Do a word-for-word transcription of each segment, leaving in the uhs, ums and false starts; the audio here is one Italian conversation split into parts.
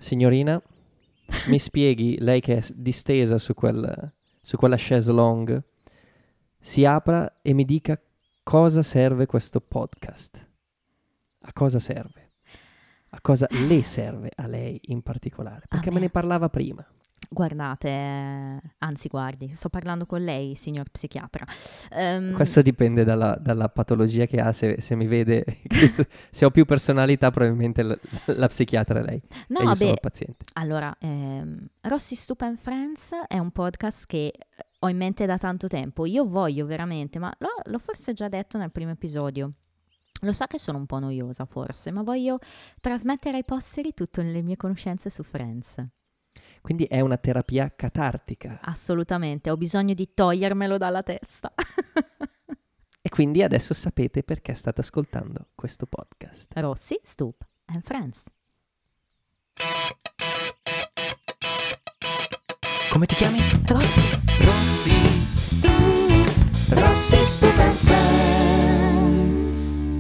Signorina, mi spieghi, lei che è distesa su, quel, su quella chaise longue, si apra e mi dica cosa serve questo podcast. A cosa serve? A cosa le serve a lei in particolare? Perché me ne parlava prima. Guardate, eh, anzi guardi, sto parlando con lei, signor psichiatra. Um, Questo dipende dalla, dalla patologia che ha, se, se mi vede, se ho più personalità probabilmente la, la psichiatra è lei no, e io beh, sono il paziente. Allora, ehm, Rossi Stupa and Friends è un podcast che ho in mente da tanto tempo. Io voglio veramente, ma l'ho, l'ho forse già detto nel primo episodio. Lo so che sono un po' noiosa forse, ma voglio trasmettere ai posteri tutte le mie conoscenze su Friends. Quindi è una terapia catartica. Assolutamente, ho bisogno di togliermelo dalla testa. E quindi adesso sapete perché state ascoltando questo podcast. Rossi, Stup and Friends. Come ti chiami? Rossi. Rossi. Stup. Rossi, Stup and Friends.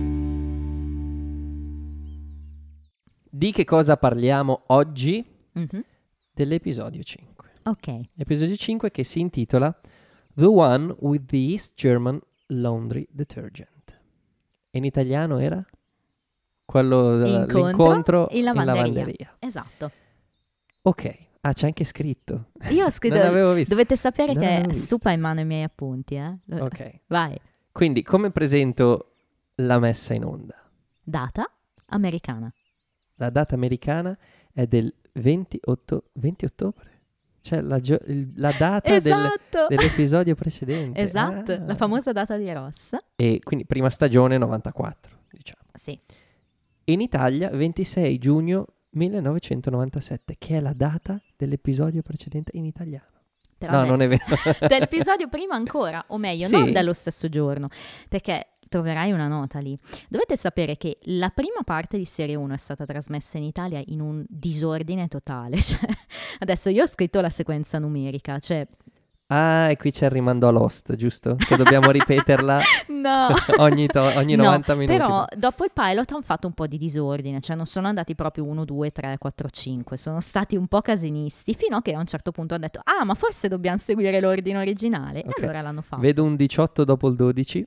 Di che cosa parliamo oggi? Mm-hmm. Dell'episodio cinque. Ok. Episodio cinque che si intitola The One with the East German Laundry Detergent. E in italiano era? Quello dell'incontro in lavanderia. in lavanderia. Esatto. Ok. Ah, c'è anche scritto. Io ho scritto. Non l'avevo visto. Dovete sapere Non che l'avevo visto. Stupa in mano i miei appunti, eh? Ok. Vai. Quindi, come presento la messa in onda? Data americana. La data americana è del ventotto, venti ottobre. Cioè la, gio- il- la data Esatto. del, dell'episodio precedente. Esatto, Ah. la famosa data di Ross. E quindi prima stagione novantaquattro, diciamo. Sì. In Italia ventisei giugno millenovecentonovantasette, che è la data dell'episodio precedente in italiano. Però no, del- non è vero. dell'episodio prima ancora, o meglio, Sì. non dello stesso giorno, perché troverai una nota lì. Dovete sapere che la prima parte di serie uno è stata trasmessa in Italia in un disordine totale. Cioè, adesso io ho scritto la sequenza numerica, cioè... Ah, e qui c'è il rimando a Lost, giusto? Che dobbiamo ripeterla No! ogni, to- ogni No, novanta minuti. però dopo il pilot hanno fatto un po' di disordine, cioè non sono andati proprio uno, due, tre, quattro, cinque, sono stati un po' casinisti, fino a che a un certo punto hanno detto ah, ma forse dobbiamo seguire l'ordine originale, Ok. e allora l'hanno fatto. Vedo un diciotto dopo il dodici.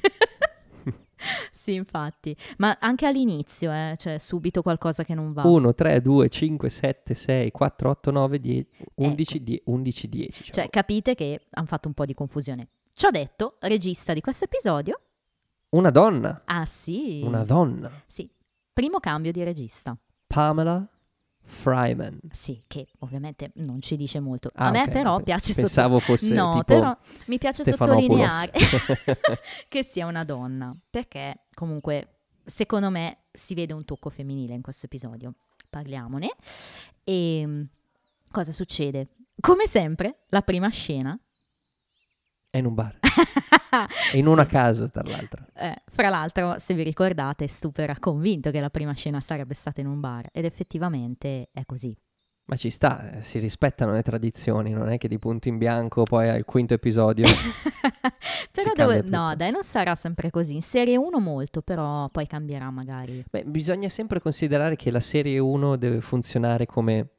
Sì, infatti, ma anche all'inizio, eh, cioè subito qualcosa che non va. uno, tre, due, cinque, sette, sei, quattro, otto, nove, dieci, undici, die- undici, dieci. Cioè, Cioè, capite che hanno fatto un po' di confusione. Ciò detto, regista di questo episodio, una donna. ah sì, Una donna. sì, primo cambio di regista. Pamela Fryman. Sì, che ovviamente non ci dice molto. Ah, A me ok, però vabbè. piace Pensavo fosse No, tipo però mi piace Stefanopoulos. sottolineare che sia una donna, perché comunque secondo me si vede un tocco femminile in questo episodio. Parliamone. E cosa succede? Come sempre, la prima scena È in un bar. E in una Sì. casa, tra l'altro. Eh, fra l'altro, se vi ricordate, Stup era convinto che la prima scena sarebbe stata in un bar, ed effettivamente è così. Ma ci sta, eh, si rispettano le tradizioni, non è che di punto in bianco poi al quinto episodio. Però Si devo- cambia tutto. no, dai, non sarà sempre così. In serie uno molto, però poi cambierà magari. Beh, bisogna sempre considerare che la serie uno deve funzionare come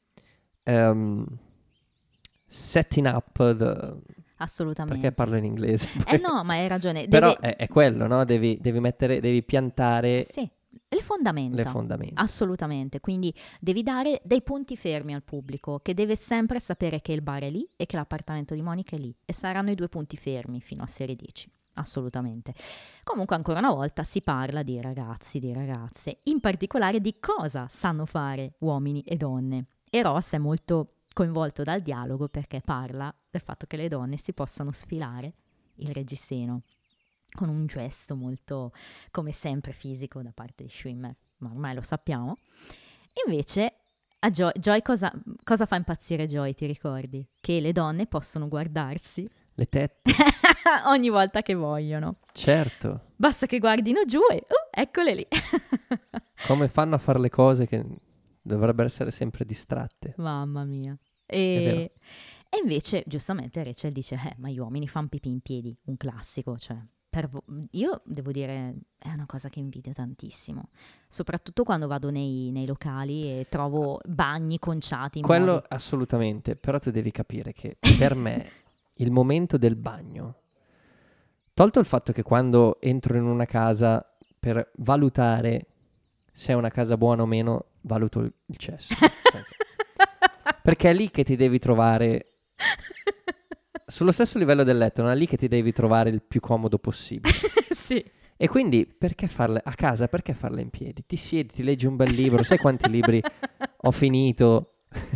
ehm, setting up the... Assolutamente. Perché parlo in inglese? Eh no, ma hai ragione. Però Deve- è, è quello, no? Devi, devi mettere, devi piantare Sì, le fondamenta. le fondamenta. Assolutamente, quindi devi dare dei punti fermi al pubblico, che deve sempre sapere che il bar è lì e che l'appartamento di Monica è lì, e saranno i due punti fermi fino a serie dieci, assolutamente. Comunque ancora una volta si parla di ragazzi, di ragazze, in particolare di cosa sanno fare uomini e donne, e Ross è molto coinvolto dal dialogo perché parla del fatto che le donne si possano sfilare il reggiseno con un gesto molto, come sempre, fisico da parte di Schwimmer, ma ormai lo sappiamo. Invece a Joy, Joy cosa, cosa fa impazzire Joy, ti ricordi? Che le donne possono guardarsi Le tette, ogni volta che vogliono. certo. Basta che guardino giù e uh, eccole lì. Come fanno a fare le cose che dovrebbero essere sempre distratte. Mamma mia. È vero. E, e invece, giustamente, Rachel dice, eh, ma gli uomini fanno pipì in piedi, un classico, cioè, per vo- io devo dire è una cosa che invidio tantissimo, soprattutto quando vado nei, nei locali e trovo bagni conciati in Quello modo... assolutamente, però tu devi capire che per me il momento del bagno, tolto il fatto che quando entro in una casa per valutare se è una casa buona o meno, valuto il il cesso. nel senso- Perché è lì che ti devi trovare, sullo stesso livello del letto, non è lì che ti devi trovare il più comodo possibile. Sì. E quindi perché farle a casa? Perché farle in piedi? Ti siedi, ti leggi un bel libro, sai quanti libri ho finito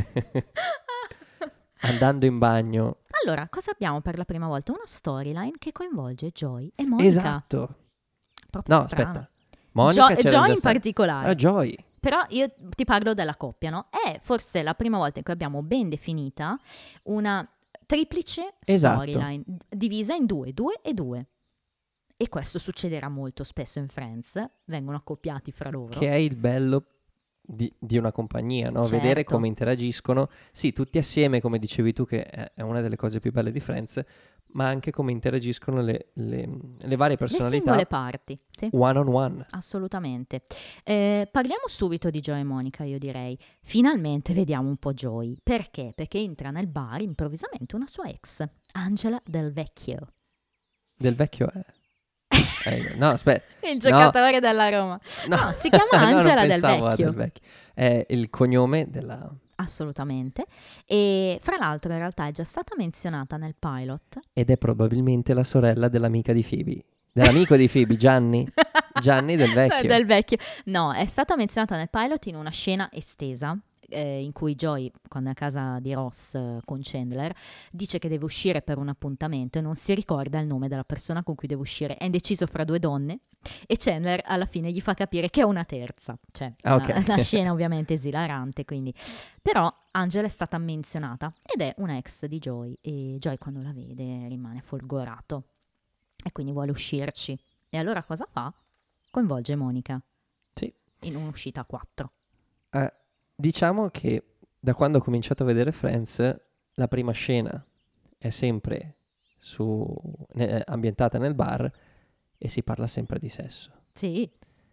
andando in bagno? Allora, cosa abbiamo per la prima volta? Una storyline che coinvolge Joy e Monica. Esatto. Proprio No, strano. aspetta. Monica Jo- c'era Joy già in stata. particolare. Ah, Joy. Però io ti parlo della coppia, no? È forse la prima volta in cui abbiamo ben definita una triplice Esatto. storyline d- divisa in due, due e due. E questo succederà molto spesso in Friends, vengono accoppiati fra loro. Che è il bello di, di una compagnia, no? Certo. Vedere come interagiscono. Sì, tutti assieme, come dicevi tu, che è, è una delle cose più belle di Friends, ma anche come interagiscono le, le- le varie Le personalità singole parti, sì. one on one. Assolutamente. Eh, parliamo subito di Joy e Monica, io direi. Finalmente vediamo un po' Joy. Perché? Perché entra nel bar improvvisamente una sua ex, Angela Del Vecchio. Del vecchio è... eh, no, aspetta. Il giocatore della Roma. No, si chiama No, non Angela Del pensavo a Vecchio. Del Vecchio. È il cognome della... Assolutamente. E fra l'altro in realtà è già stata menzionata nel pilot. Ed è probabilmente la sorella dell'amica di Phoebe. Dell'amico di Phoebe, Gianni. Gianni Del Vecchio. Del Vecchio. No, è stata menzionata nel pilot in una scena estesa. Eh, in cui Joy, quando è a casa di Ross eh, con Chandler, dice che deve uscire per un appuntamento e non si ricorda il nome della persona con cui deve uscire. È indeciso fra due donne e Chandler alla fine gli fa capire che è una terza. Cioè, Ah, una, ok. una scena ovviamente esilarante, quindi. Però Angela è stata menzionata ed è una ex di Joy e Joy quando la vede rimane folgorato e quindi vuole uscirci. E allora cosa fa? Coinvolge Monica. Sì. In un'uscita a quattro. Eh, diciamo che da quando ho cominciato a vedere Friends, la prima scena è sempre su, ne- ambientata nel bar e si parla sempre di sesso. Sì.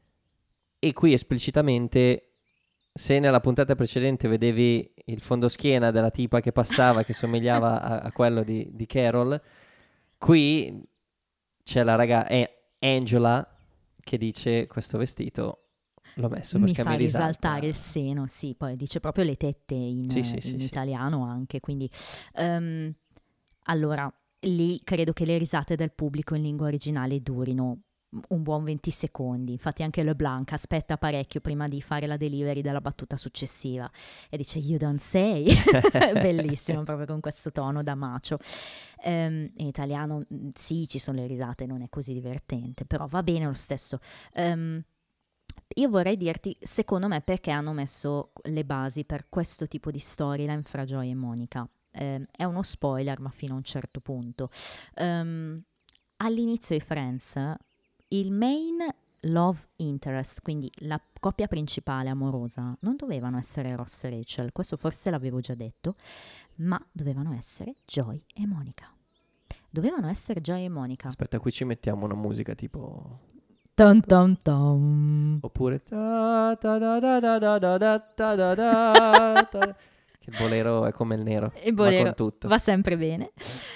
E qui esplicitamente, se nella puntata precedente vedevi il fondoschiena della tipa che passava, che somigliava a, a quello di, di Carol, qui c'è la raga eh, Angela che dice questo vestito l'ho messo Mi perché fa mi risalta. risaltare il seno, sì, poi dice proprio le tette in, Sì, sì, in sì, sì. italiano anche, quindi ehm, allora lì credo che le risate del pubblico in lingua originale durino un buon venti secondi, infatti anche LeBlanc aspetta parecchio prima di fare la delivery della battuta successiva e dice you don't say, bellissimo proprio con questo tono da macio. Ehm, in italiano mh, sì, ci sono le risate, non è così divertente, però va bene lo stesso. Ehm, io vorrei dirti, secondo me, perché hanno messo le basi per questo tipo di storyline fra Joy e Monica. Ehm, è uno spoiler, ma fino a un certo punto. Ehm, all'inizio di Friends, il main love interest, quindi la coppia principale amorosa, non dovevano essere Ross e Rachel, questo forse l'avevo già detto, ma dovevano essere Joy e Monica. Dovevano essere Joy e Monica. Aspetta, qui ci mettiamo una musica tipo... Tom tom tom. Oppure... ta ta da da da da da da ta da da ta. Che il bolero è come il nero, Il va bolero con tutto. va sempre bene.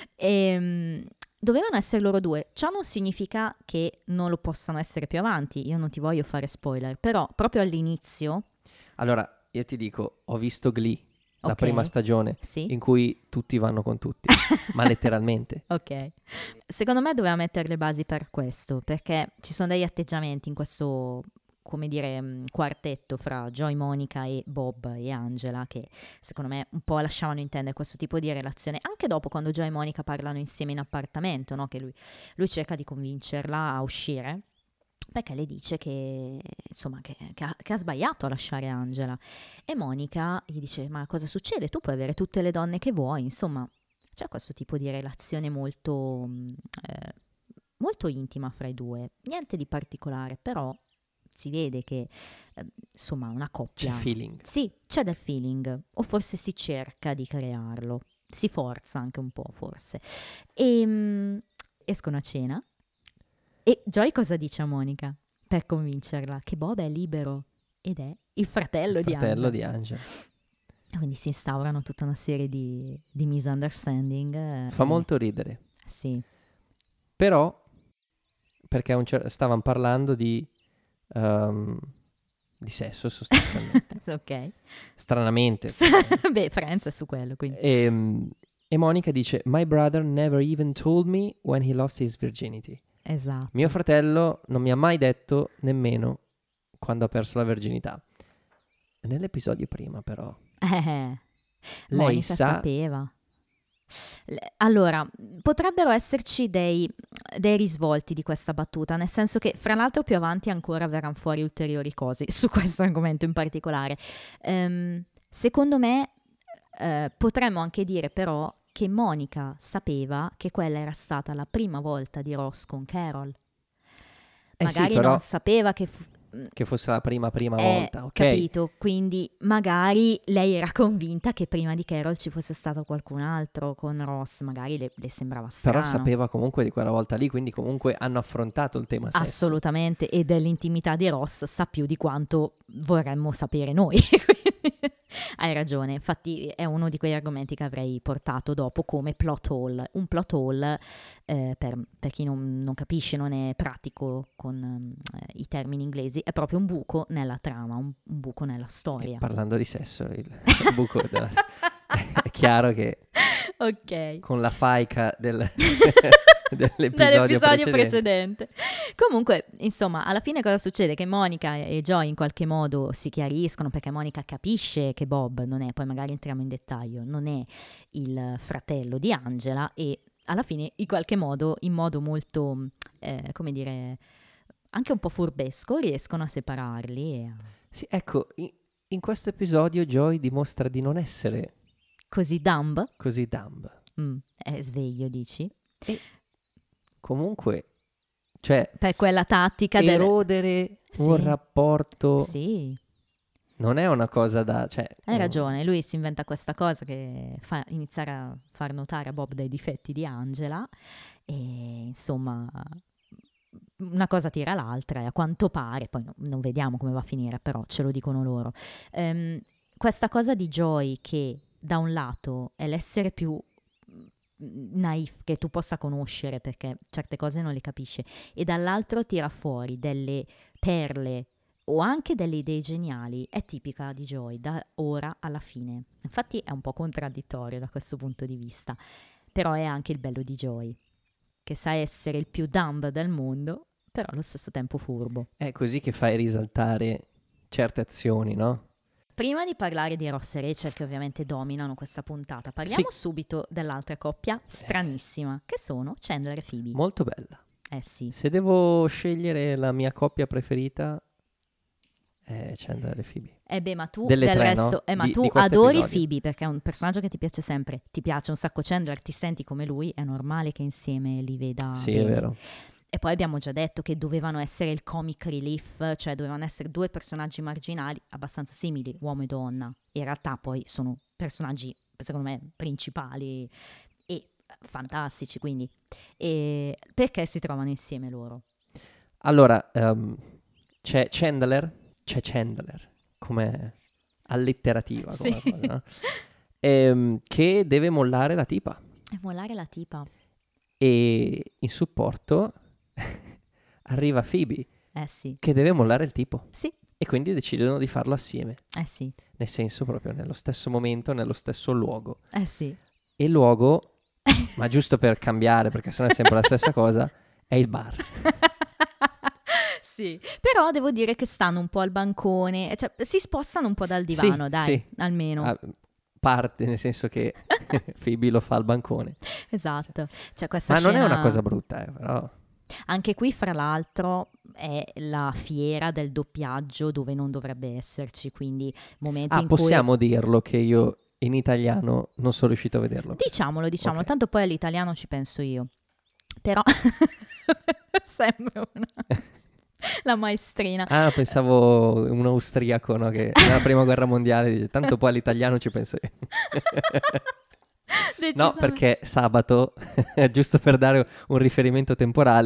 Ehm, dovevano essere loro due. Ciò non significa che non lo possano essere più avanti. Io non ti voglio fare spoiler, però proprio all'inizio, Allora, io ti dico, ho visto Glee, la ok, prima stagione, sì, in cui tutti vanno con tutti, ma letteralmente. ok. Secondo me doveva mettere le basi per questo, perché ci sono degli atteggiamenti in questo, come dire, mh, quartetto fra Joy, Monica e Bob e Angela che secondo me un po' lasciavano intendere questo tipo di relazione, anche dopo quando Joy e Monica parlano insieme in appartamento, no? Che lui, lui cerca di convincerla a uscire, perché le dice che, insomma, che, che ha, che ha sbagliato a lasciare Angela. E Monica gli dice, ma cosa succede? Tu puoi avere tutte le donne che vuoi, insomma, c'è questo tipo di relazione molto, mh, eh, molto intima fra i due, niente di particolare, però si vede che, eh, insomma, una coppia... C'è feeling. Sì, c'è del feeling, o forse si cerca di crearlo, si forza anche un po' forse. E mh, escono a cena. E Joy cosa dice a Monica per convincerla? Che Bob è libero ed è il fratello, Il di fratello Angela. di Angela. Quindi si instaurano tutta una serie di, di misunderstanding. eh, Fa e- molto ridere. Sì, Però, perché a un cer- stavano parlando di, ehm, di sesso sostanzialmente. ok. Stranamente. Beh, Friends è su quello, quindi. E, e Monica dice, My brother never even told me when he lost his virginity. Esatto. Mio fratello non mi ha mai detto nemmeno quando ha perso la verginità. Nell'episodio prima, però, Eh, lei Monica sa... sapeva. Le- Allora, potrebbero esserci dei, dei risvolti di questa battuta, nel senso che, fra l'altro, più avanti ancora verranno fuori ulteriori cose su questo argomento in particolare. Ehm, secondo me, eh, potremmo anche dire però che Monica sapeva che quella era stata la prima volta di Ross con Carol. Eh sì, Magari però non sapeva che... fu- che fosse la prima prima Eh, volta, ok? capito, quindi magari lei era convinta che prima di Carol ci fosse stato qualcun altro con Ross, magari le, le sembrava strano. Però sapeva comunque di quella volta lì, quindi comunque hanno affrontato il tema sesso. Assolutamente, e dell'intimità di Ross sa più di quanto vorremmo sapere noi. Quindi hai ragione, infatti è uno di quegli argomenti che avrei portato dopo come plot hole. Un plot hole, eh, per, per chi non, non capisce, non è pratico con eh, i termini inglesi, è proprio un buco nella trama, un, un buco nella E storia. parlando di sesso, il, il buco della- è chiaro che Ok. con la faica del, dell'episodio, Dall'episodio precedente. precedente. Comunque, insomma, alla fine cosa succede? Che Monica e Joy in qualche modo si chiariscono, perché Monica capisce che Bob non è, poi magari entriamo in dettaglio, non è il fratello di Angela, e alla fine in qualche modo, in modo molto, eh, come dire, anche un po' furbesco, riescono a separarli. E a... Sì, ecco, in, in questo episodio Joy dimostra di non essere Così dumb, così dumb. mm, è sveglio, dici? Comunque, cioè, Per quella tattica del... erodere un Sì. rapporto Sì. non è una cosa da... Cioè, Hai eh, ragione, lui si inventa questa cosa che fa iniziare a far notare a Bob dei difetti di Angela e insomma una cosa tira l'altra e a quanto pare, poi no- non vediamo come va a finire, però ce lo dicono loro. Ehm, questa cosa di Joy che da un lato è l'essere più mm, naif che tu possa conoscere perché certe cose non le capisce e dall'altro tira fuori delle perle o anche delle idee geniali, è tipica di Joy da ora alla fine. Infatti è un po' contraddittorio da questo punto di vista, però è anche il bello di Joy, che sa essere il più dumb del mondo, però allo stesso tempo furbo. è così che fai risaltare certe azioni, no? Prima di parlare di Ross e Rachel, che ovviamente dominano questa puntata, parliamo subito dell'altra coppia stranissima, che sono Chandler e Phoebe. Molto bella. eh sì, Se devo scegliere la mia coppia preferita, è Chandler e Phoebe. eh beh, ma tu Delle del tre, resto, no? eh, ma Di- tu di questo adori episodio. Phoebe perché è un personaggio che ti piace sempre, ti piace un sacco Chandler, ti senti come lui, è normale che insieme li veda Sì, bene. è vero. E poi abbiamo già detto che dovevano essere il comic relief, cioè dovevano essere due personaggi marginali abbastanza simili, uomo e donna. In realtà poi sono personaggi, secondo me, principali e fantastici, quindi. E perché si trovano insieme loro? Allora, ehm, c'è Chandler, c'è Chandler, come allitterativa, come Sì. cosa, no? Ehm, che deve mollare la tipa. E mollare la tipa. E in supporto arriva Phoebe, Eh sì, che deve mollare il tipo. sì, E quindi decidono di farlo assieme. eh sì, Nel senso proprio nello stesso momento, nello stesso luogo. eh sì. E il luogo, ma giusto per cambiare, perché sennò è sempre la stessa cosa, è il bar. Sì, però devo dire che stanno un po' al bancone, cioè si spostano un po' dal divano, Sì, dai, sì. almeno. Ah, parte, nel senso che Phoebe lo fa al bancone. Esatto. C'è questa Ma non è scena- una cosa brutta, eh, però... Anche qui, fra l'altro, è la fiera del doppiaggio dove non dovrebbe esserci, quindi momenti Ah, in possiamo dirlo che io in italiano non sono riuscito a vederlo. cui... Diciamolo, diciamolo, Ok. tanto poi all'italiano ci penso io. Però sembra una... la maestrina. Ah, pensavo un austriaco, no, che nella prima guerra mondiale dice tanto poi all'italiano ci penso io. No, Decisamente. perché sabato, giusto per dare un riferimento temporale,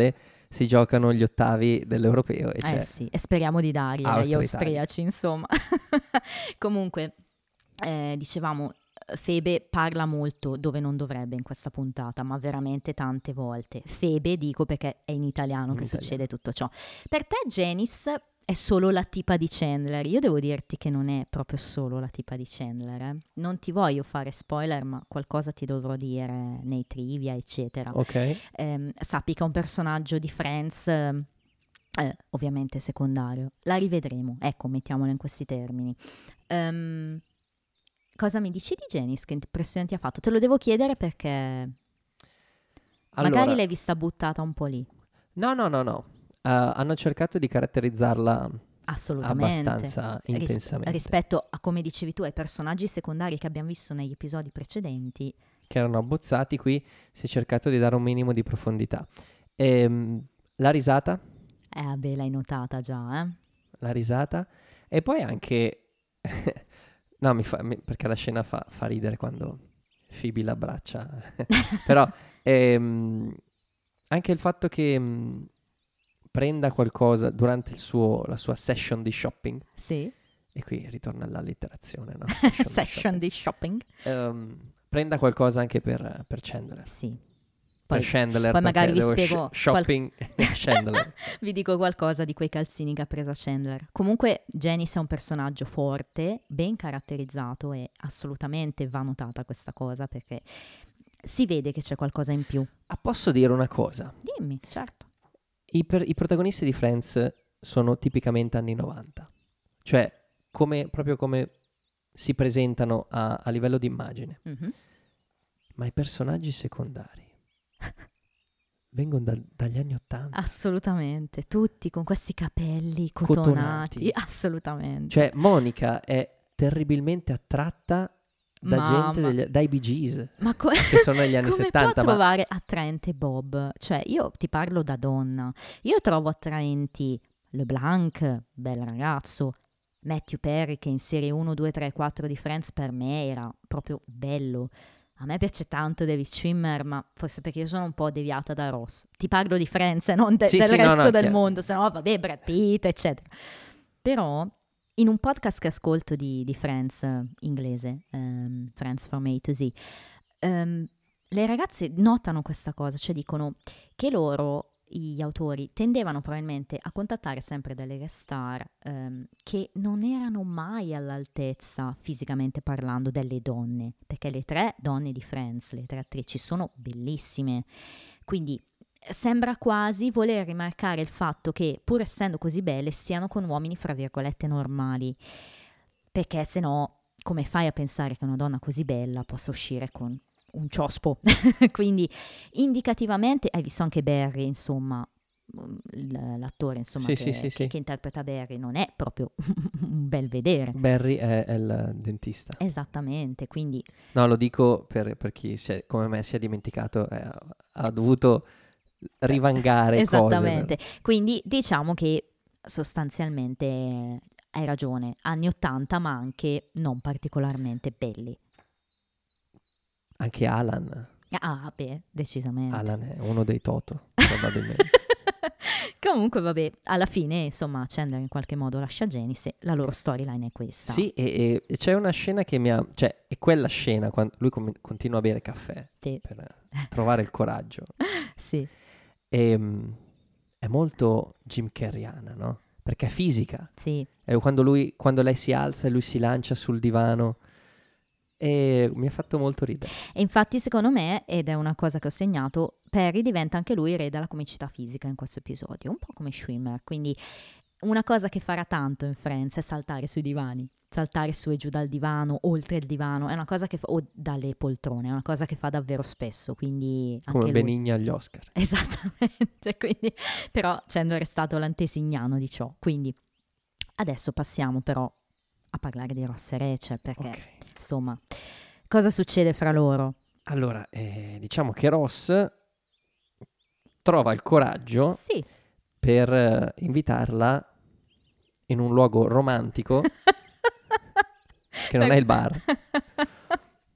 si giocano gli ottavi dell'Europeo e Eh c'è sì, e speriamo di dargli agli Austria-Italia. austriaci, insomma. Comunque, eh, dicevamo, Febe parla molto dove non dovrebbe in questa puntata, ma veramente tante volte. Febe, dico perché è in italiano In che italiano. succede tutto ciò. Per te Janice è solo la tipa di Chandler. Io devo dirti che non è proprio solo la tipa di Chandler. Eh. Non ti voglio fare spoiler, ma qualcosa ti dovrò dire nei trivia, eccetera. Ok. Eh, sappi che è un personaggio di Friends, eh, ovviamente secondario. La rivedremo, ecco, mettiamolo in questi termini. Um, cosa mi dici di Janice? Che impressione ti ha fatto? Te lo devo chiedere perché Allora, magari l'hai vista buttata un po' lì. no, no, no, no. Uh, hanno cercato di caratterizzarla Assolutamente. abbastanza Ris- intensamente. rispetto a, come dicevi tu, ai personaggi secondari che abbiamo visto negli episodi precedenti. Che erano abbozzati, qui si è cercato di dare un minimo di profondità. Ehm, la risata, Eh, vabbè, l'hai notata già, eh? la risata, e poi anche... no, mi fa, mi- perché la scena fa, fa ridere quando Phoebe l'abbraccia. Però ehm, anche il fatto che mh, prenda qualcosa durante il suo, la sua session di shopping, Sì. e qui ritorna all'allitterazione, no? Session di shopping. Ehm, prenda qualcosa anche per, per Chandler. Sì. Per Poi, Chandler, poi magari vi perché devo spiego sh- shopping Chandler. vi dico qualcosa di quei calzini che ha preso Chandler. Comunque Janice è un personaggio forte, ben caratterizzato e assolutamente va notata questa cosa perché si vede che c'è qualcosa in più. Ah, posso dire una cosa? Dimmi, certo. I, per- i protagonisti di Friends sono tipicamente anni novanta. Cioè, come, proprio come si presentano a, a livello di immagine. Mhm. Ma i personaggi secondari vengono da- dagli anni ottanta. Assolutamente, tutti con questi capelli cotonati, Cotonati. assolutamente. Cioè, Monica è terribilmente attratta da Mamma. gente, degli- dai Bee Gees, Ma co- che sono negli anni come settanta. può Ma trovare attraente Bob? Cioè, io ti parlo da donna. Io trovo attraenti LeBlanc, bel ragazzo, Matthew Perry che in serie uno, due, tre, quattro di Friends per me era proprio bello. A me piace tanto David Schwimmer, ma forse perché io sono un po' deviata da Ross. Ti parlo di Friends e non de- Sì, del sì, no, resto no, del chiaro. mondo, se no vabbè Brad Pitt, eccetera. Però in un podcast che ascolto di, di Friends eh, inglese, ehm, Friends from A to Z, ehm, le ragazze notano questa cosa, cioè dicono che loro, gli autori, tendevano probabilmente a contattare sempre delle guest star ehm, che non erano mai all'altezza, fisicamente parlando, delle donne, perché le tre donne di Friends, le tre attrici, sono bellissime. Quindi sembra quasi voler rimarcare il fatto che, pur essendo così belle, siano con uomini, fra virgolette, normali. Perché se no, come fai a pensare che una donna così bella possa uscire con un ciospo? Quindi, indicativamente, hai visto anche Barry, insomma, l- l'attore, insomma, Sì, che, sì, sì, che- sì. che interpreta Barry, non è proprio un bel vedere. Barry è, è il dentista. Esattamente, quindi No, lo dico per, per chi si è- come me si è dimenticato, eh, ha dovuto rivangare esattamente. cose. Quindi diciamo che sostanzialmente hai ragione, anni ottanta, ma anche non particolarmente belli. Anche Alan. Ah, beh, decisamente. Alan è uno dei Toto, probabilmente. Comunque, vabbè, alla fine, insomma, Chandler in qualche modo lascia Janice e la loro storyline è questa. Sì, e, e- e c'è una scena che mi ha... Cioè, è quella scena quando lui com- continua a bere caffè Sì. per trovare il coraggio. Sì. E, mm, è molto Jim Carreyana, no? Perché è fisica. Sì. È quando, lui, quando lei si alza e lui si lancia sul divano. E mi ha fatto molto ridere. E infatti, secondo me, ed è una cosa che ho segnato, Perry diventa anche lui re della comicità fisica in questo episodio, un po' come Schwimmer. Quindi una cosa che farà tanto in Friends è saltare sui divani, saltare su e giù dal divano, oltre il divano, è una cosa che fa, o dalle poltrone, è una cosa che fa davvero spesso, quindi anche Come lui. Benigni agli Oscar. Esattamente, quindi, però Chandler è stato l'antesignano di ciò. Quindi adesso passiamo però a parlare di Ross e Rachel, perché Ok. insomma, cosa succede fra loro? Allora, eh, diciamo che Ross trova il coraggio Sì. per eh, invitarla in un luogo romantico che non è il bar.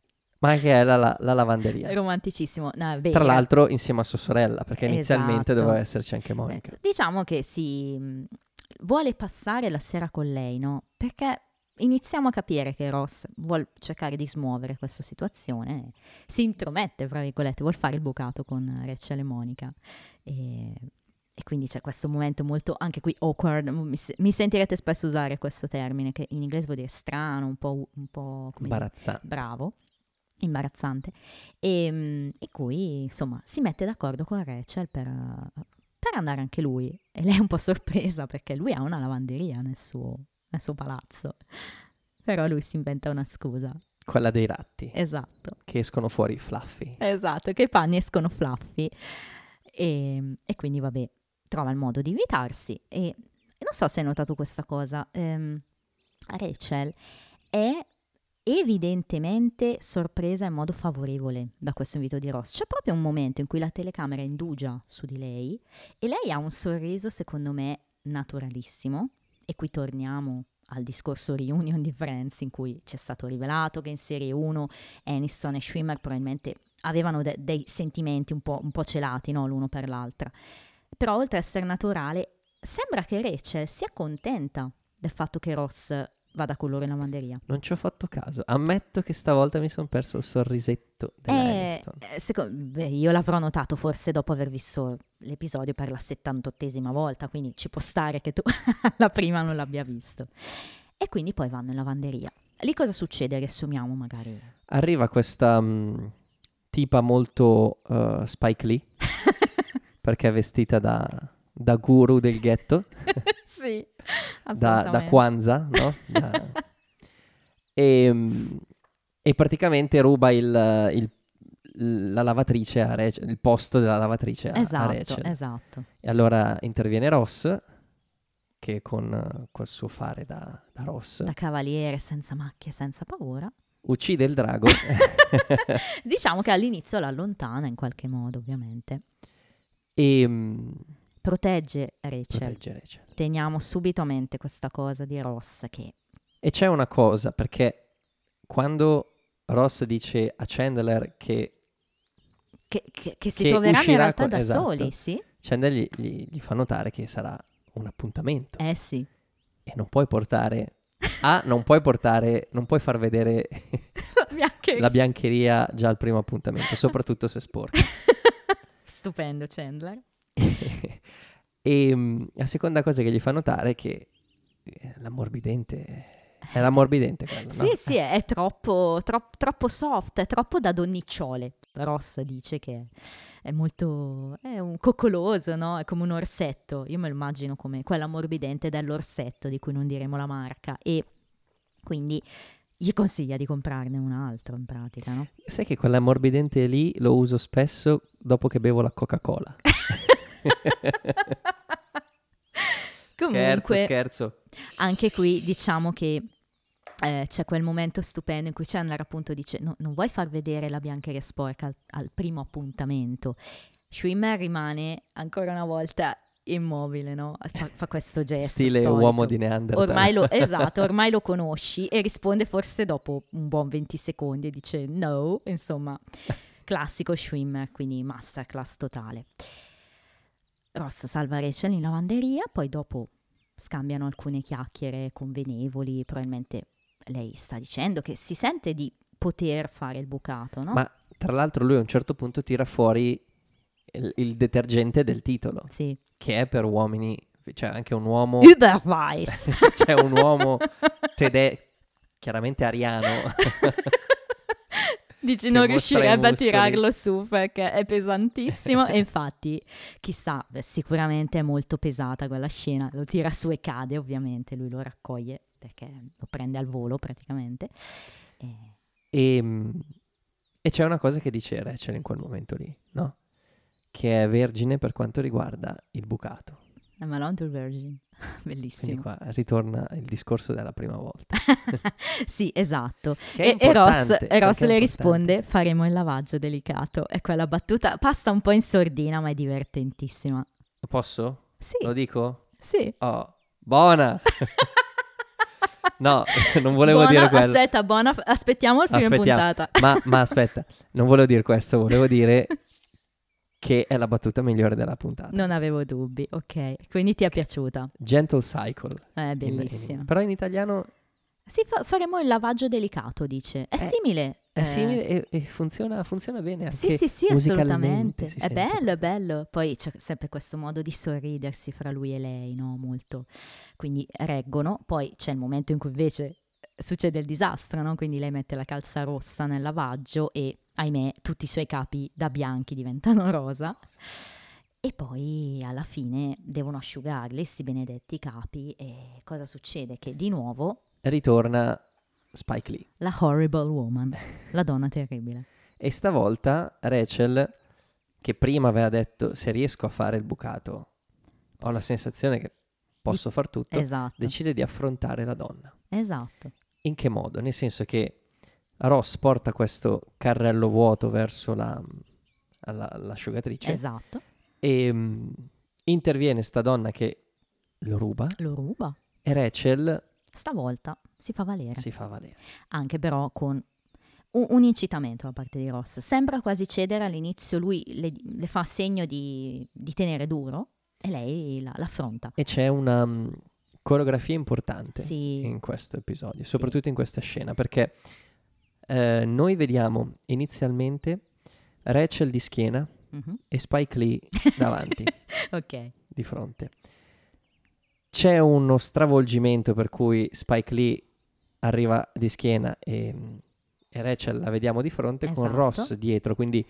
Ma che è la, la, la lavanderia. Romanticissimo. No, beh, Tra l'altro insieme a sua sorella, perché inizialmente esatto. doveva esserci anche Monica. Eh, diciamo che si mh, vuole passare la sera con lei, no? Perché iniziamo a capire che Ross vuole cercare di smuovere questa situazione, si intromette, tra virgolette, vuol fare il bucato con Rachel e Monica. E, e quindi c'è questo momento molto, anche qui, awkward. Mi, mi sentirete spesso usare questo termine, che in inglese vuol dire strano, un po', un po' come Imbarazzante. dire, bravo. Imbarazzante, e, e cui insomma si mette d'accordo con Rachel per, per andare anche lui, e lei è un po' sorpresa perché lui ha una lavanderia nel suo, nel suo palazzo, però lui si inventa una scusa. Quella dei ratti. Esatto. Che escono fuori fluffy. Esatto, che i panni escono fluffy, e, e quindi vabbè, trova il modo di invitarsi, e, e non so se hai notato questa cosa, ehm, Rachel è evidentemente sorpresa in modo favorevole da questo invito di Ross. C'è proprio un momento in cui la telecamera indugia su di lei e lei ha un sorriso, secondo me, naturalissimo. E qui torniamo al discorso reunion di Friends, in cui ci è stato rivelato che in serie uno Aniston e Schwimmer probabilmente avevano de- dei sentimenti un po', un po' celati, no, l'uno per l'altra. Però oltre a essere naturale, sembra che Rachel sia contenta del fatto che Ross vada con loro in lavanderia. Non ci ho fatto caso. Ammetto che stavolta mi sono perso il sorrisetto della Eh, Aniston. eh, secondo, beh, io l'avrò notato forse dopo aver visto l'episodio per la settantottesima volta, quindi ci può stare che tu la prima non l'abbia visto. E quindi poi vanno in lavanderia. Lì cosa succede? Riassumiamo magari. Arriva questa mh, tipa molto uh, Spike Lee, perché è vestita da, da guru del ghetto. Sì, da, da Kwanzaa, no? Da... e, e praticamente ruba il, il, la lavatrice a Rachel, il posto della lavatrice a, esatto, a Rachel. Esatto. E allora interviene Ross, che con quel suo fare da, da Ross, da cavaliere senza macchie, senza paura, uccide il drago. Diciamo che all'inizio la allontana in qualche modo, ovviamente. E protegge Rachel. protegge Rachel. Teniamo subito a mente questa cosa di Ross che... E c'è una cosa, perché quando Ross dice a Chandler che che, che, che si che troveranno in realtà con, da esatto, soli, sì? Chandler gli, gli, gli fa notare che sarà un appuntamento. Eh sì. E non puoi portare... Ah, non puoi portare... Non puoi far vedere la, biancheria. la biancheria già al primo appuntamento, soprattutto se sporca. Stupendo Chandler. E um, la seconda cosa che gli fa notare è che l'ammorbidente è l'ammorbidente quello, sì, no? sì, è, è troppo, tro- troppo soft, è troppo da donnicciole. Ross dice che è molto, è un coccoloso, no? È come un orsetto. Io me lo immagino come quell'ammorbidente dell'orsetto, di cui non diremo la marca, e quindi gli consiglia di comprarne un altro in pratica, no? Sai che quell'ammorbidente lì lo uso spesso dopo che bevo la Coca-Cola. Comunque, scherzo, scherzo. Anche qui diciamo che eh, c'è quel momento stupendo in cui Chandler appunto dice no, non vuoi far vedere la biancheria sporca al, al primo appuntamento. Schwimmer rimane ancora una volta immobile, no? Fa, fa questo gesto stile solito. uomo di Neanderthal. Ormai lo, esatto, ormai lo conosci, e risponde forse dopo un buon venti secondi e dice no, insomma, classico Schwimmer, quindi masterclass totale. Ross salva Rachel in lavanderia, poi dopo scambiano alcune chiacchiere convenevoli, probabilmente lei sta dicendo che si sente di poter fare il bucato, no? Ma tra l'altro lui a un certo punto tira fuori il, il detergente del titolo, sì, che è per uomini, cioè anche un uomo... Überweiss! C'è un uomo tedesco, chiaramente ariano... Dici che non mostra i riuscirebbe a muscoli. tirarlo su perché è pesantissimo e infatti chissà, beh, sicuramente è molto pesata quella scena, lo tira su e cade, ovviamente lui lo raccoglie perché lo prende al volo praticamente e, E, e c'è una cosa che dice Rachel in quel momento lì, no? Che è vergine per quanto riguarda il bucato. I'm a laundry virgin. Bellissimo. Quindi qua ritorna il discorso della prima volta. Sì, esatto. Che è E, e Ross, importante, e Ross perché è le importante. risponde: faremo il lavaggio delicato. E quella battuta passa un po' in sordina, ma è divertentissima. Posso? Sì, Lo dico? sì. Oh, buona! No, non volevo buona, dire quello. Aspetta, buona, aspettiamo il fine Aspettiamo. puntata. Ma, ma aspetta, non volevo dire questo, volevo dire che è la battuta migliore della puntata. Non avevo dubbi, ok. Quindi ti è piaciuta? Gentle Cycle. È In- bellissima. in- però in italiano Sì, fa- faremo il lavaggio delicato, dice. È Eh, simile. è eh, simile e, e funziona, funziona bene anche Sì, sì, sì, musicalmente, assolutamente. si È sente. bello, è bello. Poi c'è sempre questo modo di sorridersi fra lui e lei, no? Molto. Quindi reggono. Poi c'è il momento in cui invece succede il disastro, no? Quindi lei mette la calza rossa nel lavaggio e, ahimè, tutti i suoi capi da bianchi diventano rosa. E poi alla fine devono asciugarli, sti benedetti capi. E cosa succede? Che di nuovo Ritorna Spike Lee. la horrible woman, la donna terribile. E stavolta Rachel, che prima aveva detto se riesco a fare il bucato, ho la sensazione che posso far tutto, Esatto, decide di affrontare la donna. esatto. In che modo? Nel senso che Ross porta questo carrello vuoto verso la, la- l'asciugatrice Esatto, e mm, interviene sta donna che lo ruba lo ruba. e Rachel Stavolta si fa valere. si fa valere. Anche però con un, un incitamento da parte di Ross. Sembra quasi cedere all'inizio, lui le, le fa segno di, di tenere duro e lei la, l'affronta. E c'è una mm, coreografia importante Sì, in questo episodio, soprattutto in questa scena, perché eh, noi vediamo inizialmente Rachel di schiena mhm. e Spike Lee davanti, Ok, di fronte. C'è uno stravolgimento per cui Spike Lee arriva di schiena e, e Rachel la vediamo di fronte con Esatto. Ross dietro, quindi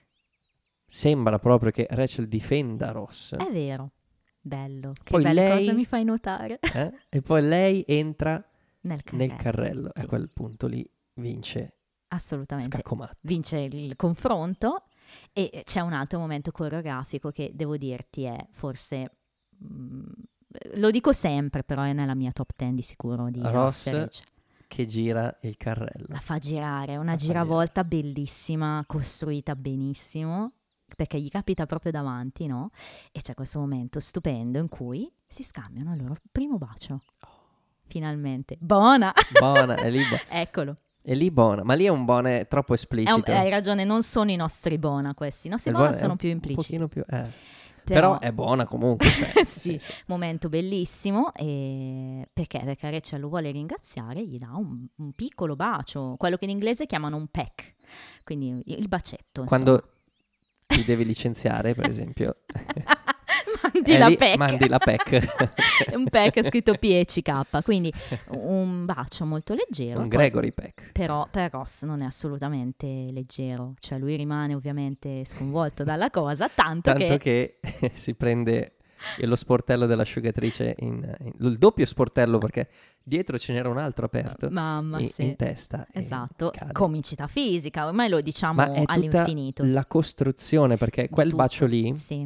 sembra proprio che Rachel difenda Ross. è vero. Bello. Che Poi belle lei- cose mi fai notare. eh? E poi lei entra Nel carrello. nel carrello e sì. a quel punto lì vince Assolutamente. scaccomatto. Vince il confronto e c'è un altro momento coreografico che devo dirti è forse mm, lo dico sempre, però è nella mia top ten di sicuro di Ross Ross e Rachel. che gira il carrello. La fa girare, una La fa giravolta bellissima, costruita benissimo, perché gli capita proprio davanti, no? E c'è questo momento stupendo in cui si scambiano il loro primo bacio. Finalmente. Buona! Buona, è lì, bu- Eccolo. è lì buona, ma lì è un buone troppo È un- esplicito. hai ragione, non sono i nostri Bona questi. I nostri Il Bona buono è sono un- più un impliciti. pochino più, eh. Però, Però è buona comunque. cioè, nel Sì. senso. momento bellissimo. E perché? Perché Rachel lo vuole ringraziare, gli dà un, un piccolo bacio, quello che in inglese chiamano un peck, quindi il bacetto. Quando ti devi licenziare, per esempio, mandi è la lì- peck. mandi la peck. un peck scritto P E C K, quindi un bacio molto leggero. Un Poi- Gregory Peck. Però per Ross non è assolutamente leggero, cioè lui rimane ovviamente sconvolto dalla cosa, tanto, Tanto che si prende lo sportello dell'asciugatrice, in, in- il doppio sportello, perché dietro ce n'era un altro aperto mamma in, sì. in testa. e Esatto, cade. comicità fisica, ormai lo diciamo Ma è tutta all'infinito. la costruzione, perché Di quel tutto, bacio lì Sì,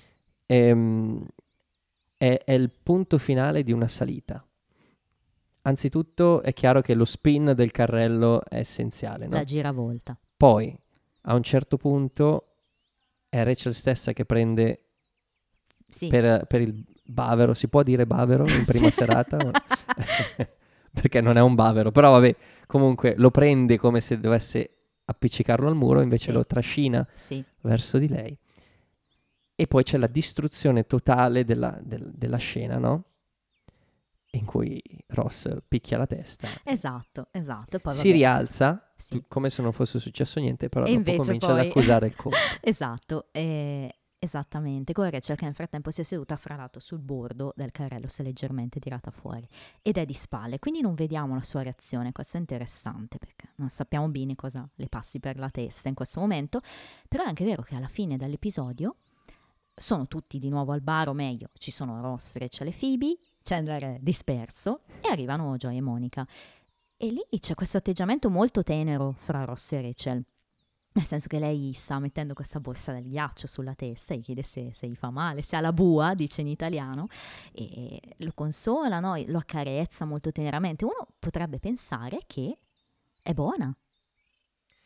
ehm, è, è il punto finale di una salita. Anzitutto è chiaro che lo spin del carrello è essenziale, no? la giravolta. Poi, a un certo punto, è Rachel stessa che prende Sì. per, per il bavero, si può dire bavero in prima Sì. serata? O- Perché non è un bavero, però vabbè, comunque lo prende come se dovesse appiccicarlo al muro, invece Sì. lo trascina Sì, verso di lei. E poi c'è la distruzione totale della, del- della scena, no? In cui Ross picchia la testa, esatto, esatto. E poi, si vabbè, rialza, sì. tu- come se non fosse successo niente, però E dopo invece comincia poi- ad accusare il colpo. Esatto, eh, esattamente. Con Rachel che nel frattempo si è seduta fra l'altro sul bordo del carrello, si è leggermente tirata fuori ed è di spalle, quindi non vediamo la sua reazione. Questo è interessante perché non sappiamo bene cosa le passi per la testa in questo momento, però è anche vero che alla fine dell'episodio sono tutti di nuovo al bar, o meglio, ci sono Ross, Rachel e Phoebe, Chandler è disperso e arrivano Joy e Monica. E lì c'è questo atteggiamento molto tenero fra Ross e Rachel. Nel senso che lei sta mettendo questa borsa del ghiaccio sulla testa e gli chiede se, se gli fa male, se ha la bua, dice in italiano, e lo consola, no? Lo accarezza molto teneramente. Uno potrebbe pensare che è buona.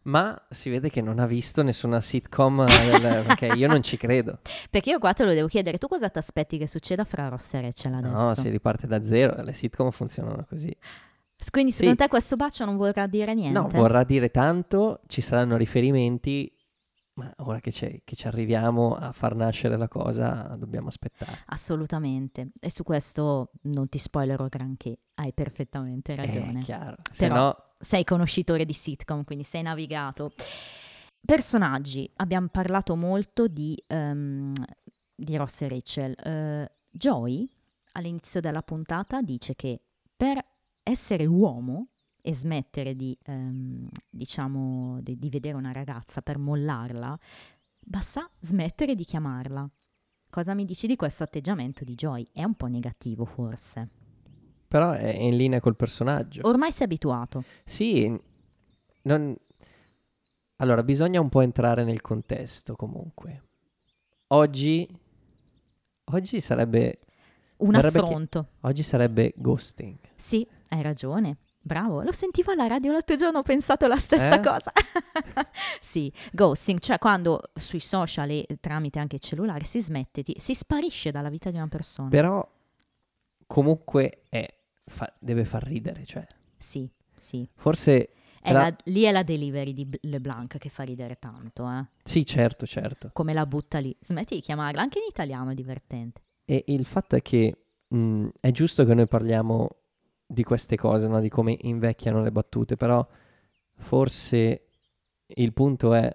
Ma si vede che non ha visto nessuna sitcom, del- perché io non ci credo. Perché io qua te lo devo chiedere, tu cosa ti aspetti che succeda fra Ross e Rachel adesso? No, si riparte da zero, le sitcom funzionano così. Quindi Sì. secondo te questo bacio non vorrà dire niente? No, vorrà dire tanto, ci saranno riferimenti, ma ora che, c'è- che ci arriviamo a far nascere la cosa, dobbiamo aspettare. Assolutamente, e su questo non ti spoilerò granché, hai perfettamente ragione. È chiaro, se Però no... sei conoscitore di sitcom, quindi sei navigato. Personaggi, abbiamo parlato molto di, ehm, di Ross e Rachel. Eh, Joey all'inizio della puntata dice che per essere uomo e smettere di, ehm, diciamo, di, di vedere una ragazza, per mollarla, basta smettere di chiamarla. Cosa mi dici di questo atteggiamento di Joy? È un po' negativo forse. Però è in linea col personaggio. Ormai sei abituato. Sì, non... Allora, bisogna un po' entrare nel contesto comunque. Oggi, oggi sarebbe, Un verrebbe chi- affronto. oggi sarebbe ghosting. Sì, hai ragione. Bravo, lo sentivo alla radio l'altro giorno, ho pensato la stessa Eh? cosa. Sì, ghosting, cioè quando sui social e tramite anche il cellulare si smette, di- si sparisce dalla vita di una persona. Però comunque è, fa- deve far ridere, cioè. Sì, sì. Forse... È la- la- lì è la delivery di B- LeBlanc che fa ridere tanto, eh. Sì, certo, certo. Come la butta lì. Smetti di chiamarla, anche in italiano è divertente. E il fatto è che mh, è giusto che noi parliamo di queste cose, no? Di come invecchiano le battute, però forse il punto è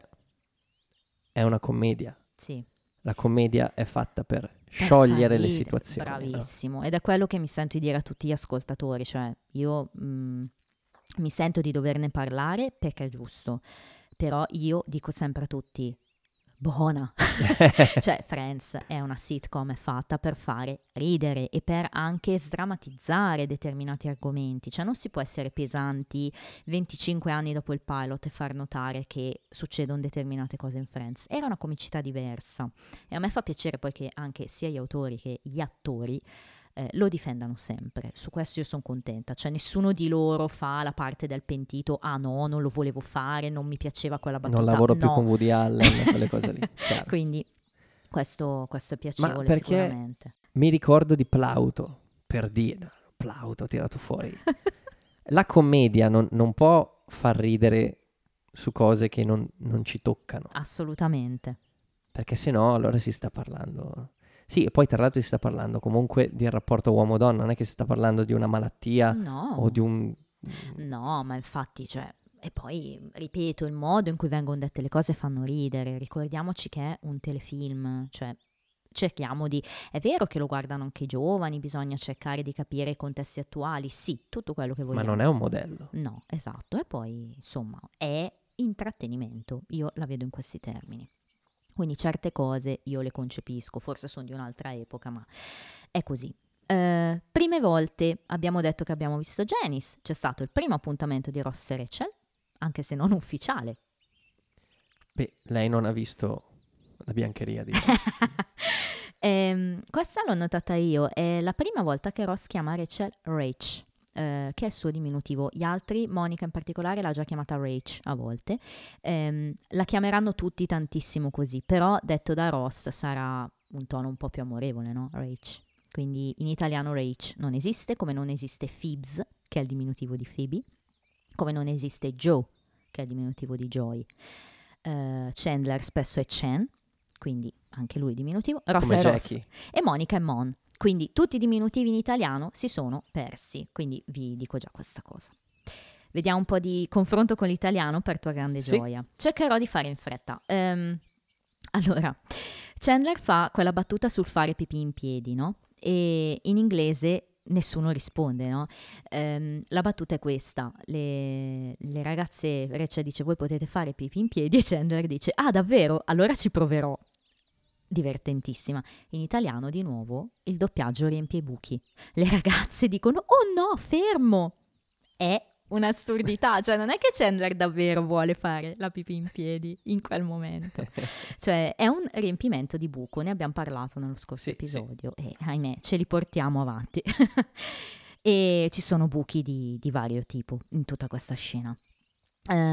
è una commedia. Sì. La commedia è fatta per Per sciogliere far le ridere. situazioni. no? Bravissimo. Ed è quello che mi sento di dire a tutti gli ascoltatori, cioè io mh, mi sento di doverne parlare perché è giusto, però io dico sempre a tutti, buona. Cioè Friends è una sitcom, è fatta per fare ridere e per anche sdrammatizzare determinati argomenti, cioè non si può essere pesanti venticinque anni dopo il pilot e far notare che succedono determinate cose in Friends. Era una comicità diversa e a me fa piacere poi che anche sia gli autori che gli attori eh, lo difendano sempre. Su questo io sono contenta, cioè nessuno di loro fa la parte del pentito, ah no, non lo volevo fare, non mi piaceva quella battuta. Non lavoro più No. con Woody Allen, quelle cose lì. chiaro. Quindi questo, questo è piacevole perché- sicuramente. Mi ricordo di Plauto, per dire, Plauto ho tirato fuori. La commedia non, non può far ridere su cose che non, non ci toccano, Assolutamente. perché se no allora si sta parlando... Sì, e poi tra l'altro si sta parlando comunque del rapporto uomo-donna, non è che si sta parlando di una malattia No. o di un... No, ma infatti, cioè, e poi, ripeto, il modo in cui vengono dette le cose fanno ridere. Ricordiamoci che è un telefilm, cioè cerchiamo di... È vero che lo guardano anche i giovani, bisogna cercare di capire i contesti attuali, sì, tutto quello che Ma vogliamo. non è un modello. No, esatto, e poi, insomma, è intrattenimento, io la vedo in questi termini. Quindi certe cose io le concepisco, forse sono di un'altra epoca, ma è così. Eh, prime volte abbiamo detto che abbiamo visto Janice, c'è stato il primo appuntamento di Ross e Rachel, anche se non ufficiale. Beh, lei non ha visto la biancheria di... Ehm, questa l'ho notata io, è la prima volta che Ross chiama Rachel Rach, eh, che è il suo diminutivo. Gli altri, Monica in particolare, l'ha già chiamata Rach a volte. Ehm, la chiameranno tutti tantissimo così, però detto da Ross sarà un tono un po' più amorevole, no? Rach. Quindi in italiano Rach non esiste, come non esiste Phoebs, che è il diminutivo di Phoebe, come non esiste Joe, che è il diminutivo di Joy. Uh, Chandler spesso è Chen, quindi anche lui diminutivo. Ross Come è Ross. Jackie. E Monica è Mon. Quindi tutti i diminutivi in italiano si sono persi, quindi vi dico già questa cosa. Vediamo un po' di confronto con l'italiano per tua grande Sì. gioia. Cercherò di fare in fretta. Ehm, allora, Chandler fa quella battuta sul fare pipì in piedi, no? E in inglese nessuno risponde, no? Ehm, la battuta è questa: le, le ragazze, Rachel dice voi potete fare pipì in piedi e Chandler dice ah davvero? Allora ci proverò. Divertentissima. In italiano di nuovo il doppiaggio riempie i buchi. Le ragazze dicono oh no, fermo! È un'assurdità, cioè non è che Chandler davvero vuole fare la pipì in piedi in quel momento, cioè è un riempimento di buco, ne abbiamo parlato nello scorso Sì, episodio sì. E ahimè ce li portiamo avanti e ci sono buchi di, di vario tipo in tutta questa scena. Eh,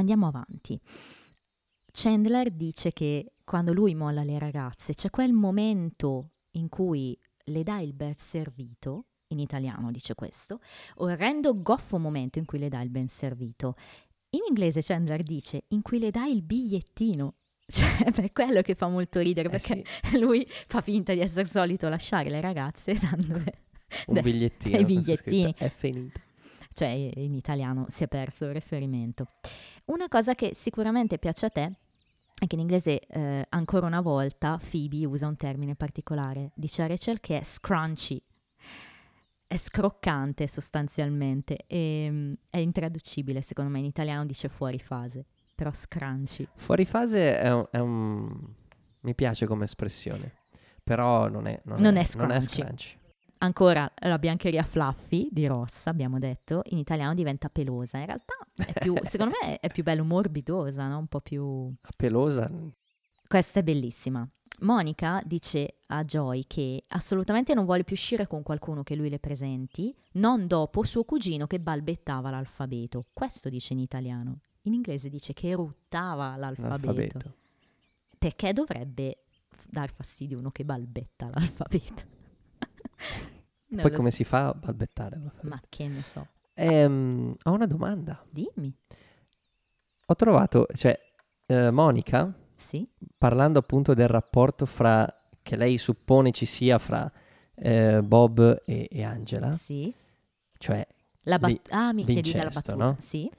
andiamo avanti. Chandler dice che quando lui molla le ragazze c'è quel momento in cui le dà il ben servito, in italiano dice questo, orrendo goffo momento in cui le dà il ben servito. In inglese Chandler dice in cui le dà il bigliettino. Cioè, è quello che fa molto ridere, Eh perché sì. lui fa finta di essere solito lasciare le ragazze dandole Un dei- bigliettino. dei con su bigliettini. scritto, È finito. Cioè, in italiano si è perso il riferimento. Una cosa che sicuramente piace a te è che in inglese, eh, ancora una volta, Phoebe usa un termine particolare. Dice a Rachel che è scrunchy, è scroccante sostanzialmente, e mm, è intraducibile, secondo me in italiano dice fuori fase, però scrunchy. Fuori fase è un, è un- mi piace come espressione, però non è, non Non è, è non è scrunchy. scrunchy. Ancora la biancheria fluffy di Ross, abbiamo detto, in italiano diventa pelosa. In realtà è più, secondo me è più bello morbidosa, no? Un po' più... Pelosa. Questa è bellissima. Monica dice a Joy che assolutamente non vuole più uscire con qualcuno che lui le presenti, non dopo suo cugino che balbettava l'alfabeto. Questo dice in italiano. In inglese dice che eruttava l'alfabeto. L'alfabeto. Perché dovrebbe f- dar fastidio uno che balbetta l'alfabeto? Non Poi lo come so. si fa a balbettare l'alfabeto? Ma che ne so. Ehm, ho una domanda. Dimmi. Ho trovato, cioè, eh, Monica, Sì? parlando appunto del rapporto fra, che lei suppone ci sia fra eh, Bob e, e Angela, Sì? cioè La bat- Li- ah, mi chiedi della l'incesto, battuta. no? Sì?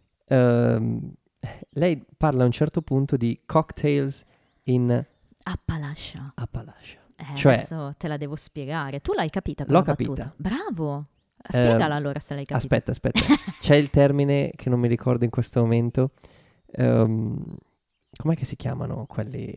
ehm, lei parla a un certo punto di cocktails in Appalachia. Appalachia. Eh, Cioè, adesso te la devo spiegare. Tu l'hai capita l'ho quella battuta? capita. Bravo. Spiegala Ehm, allora se l'hai capita. Aspetta, aspetta. C'è il termine che non mi ricordo in questo momento. Ehm, com'è che si chiamano quelli?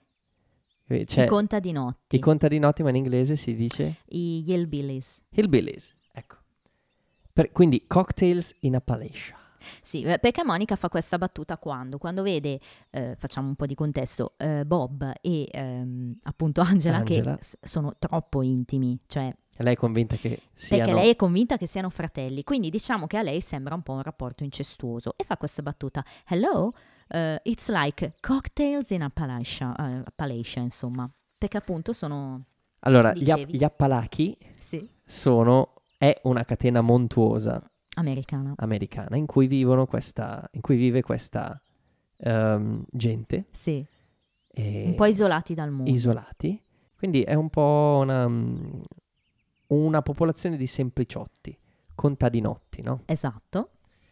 Eh, C'è I contadinotti. i contadinotti, ma in inglese si dice I hillbillies. hillbillies. Ecco. Per- quindi cocktails in Appalachia. Sì, eh, perché Monica fa questa battuta quando? Quando vede, eh, facciamo un po' di contesto, eh, Bob e ehm, appunto Angela, Angela. che s- sono troppo intimi, cioè E lei è convinta che siano... perché lei è convinta che siano fratelli, quindi diciamo che a lei sembra un po' un rapporto incestuoso e fa questa battuta, hello, uh, it's like cocktails in Appalachia, uh, Appalachia insomma, perché appunto sono, Allora, gli, App- dicevi? gli Appalachi sì, sono... è una catena montuosa americana, americana in cui vivono questa... in cui vive questa ehm, gente. sì, e- un po' isolati dal mondo, isolati. Quindi è un po' una, mm, una popolazione di sempliciotti, contadinotti, no? esatto.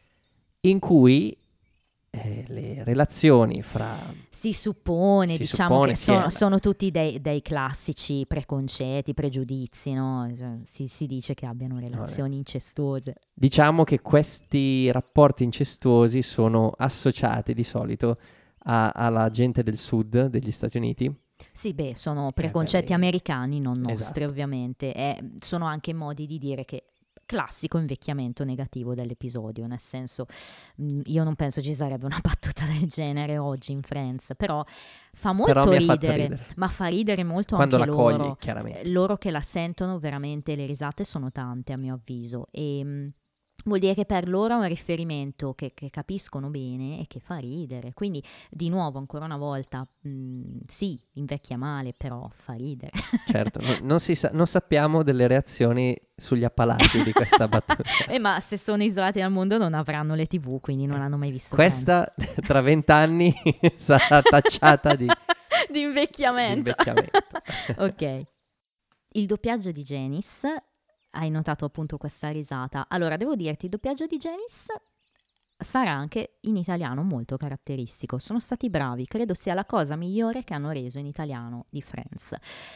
In cui eh, le relazioni fra... Si suppone, Si diciamo suppone, che sì, sono, eh, sono tutti dei, dei classici preconcetti, pregiudizi, no? Cioè, si, si dice che abbiano relazioni incestuose. Diciamo che questi rapporti incestuosi sono associati di solito a- alla gente del sud degli Stati Uniti. Sì, beh, sono preconcetti quelli- americani, non nostri Esatto. ovviamente, e sono anche modi di dire che classico invecchiamento negativo dell'episodio, nel senso mh, io non penso ci sarebbe una battuta del genere oggi in Friends, però fa molto Però mi ha fatto ridere, ridere. ma fa ridere molto Quando anche la loro. cogli, chiaramente. Eh, loro che la sentono veramente, le risate sono tante a mio avviso e mh, vuol dire che per loro è un riferimento che, che capiscono bene e che fa ridere, quindi di nuovo ancora una volta mh, sì, invecchia male, però fa ridere. Certo, no- non, si sa- non sappiamo delle reazioni sugli Appalachi di questa battuta. Eh, ma se sono isolati dal mondo non avranno le tivù, quindi non hanno mai visto Questa tra vent'anni sarà tacciata di, Friends. di di invecchiamento. invecchiamento. Ok. Il doppiaggio di Janice, hai notato appunto questa risata. Allora, devo dirti, il doppiaggio di Janice sarà anche in italiano molto caratteristico. Sono stati bravi, credo sia la cosa migliore che hanno reso in italiano di Friends.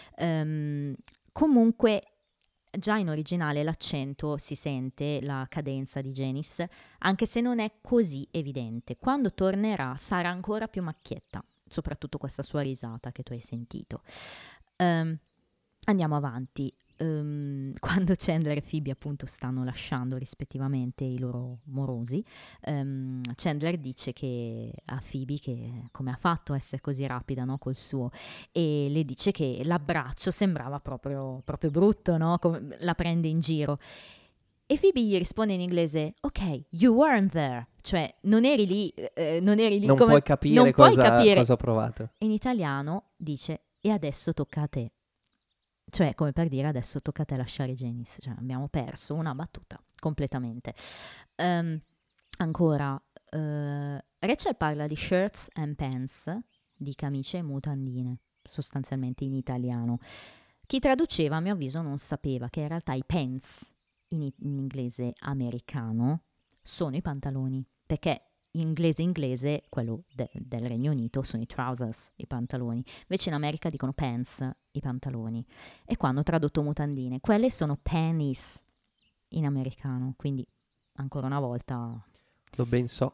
Ehm, comunque, già in originale l'accento si sente, la cadenza di Janice, anche se non è così evidente. Quando tornerà sarà ancora più macchietta, soprattutto questa sua risata che tu hai sentito. Ehm, andiamo avanti. Ehm, quando Chandler e Phoebe appunto stanno lasciando rispettivamente i loro morosi, ehm, Chandler dice che a Phoebe che come ha fatto a essere così rapida, no, col suo, e le dice che l'abbraccio sembrava proprio, proprio brutto, no? Come, la prende in giro. E Phoebe gli risponde in inglese, ok, you weren't there, cioè non eri lì, eh, non eri lì non come... puoi capire, non cosa, puoi capire. cosa ho provato. In italiano dice, e adesso tocca a te. Cioè, come per dire, adesso tocca a te lasciare Janice. Cioè, abbiamo perso una battuta, completamente. Um, ancora, uh, Rachel parla di shirts and pants, di camicie e mutandine, sostanzialmente in italiano. Chi traduceva, a mio avviso, non sapeva che in realtà i pants, in, in inglese americano, sono i pantaloni, perché in inglese inglese, quello de- del Regno Unito, sono i trousers, i pantaloni. Invece in America dicono pants, i pantaloni. E qua hanno tradotto mutandine. Quelle sono panties in americano, quindi ancora una volta... Lo ben so.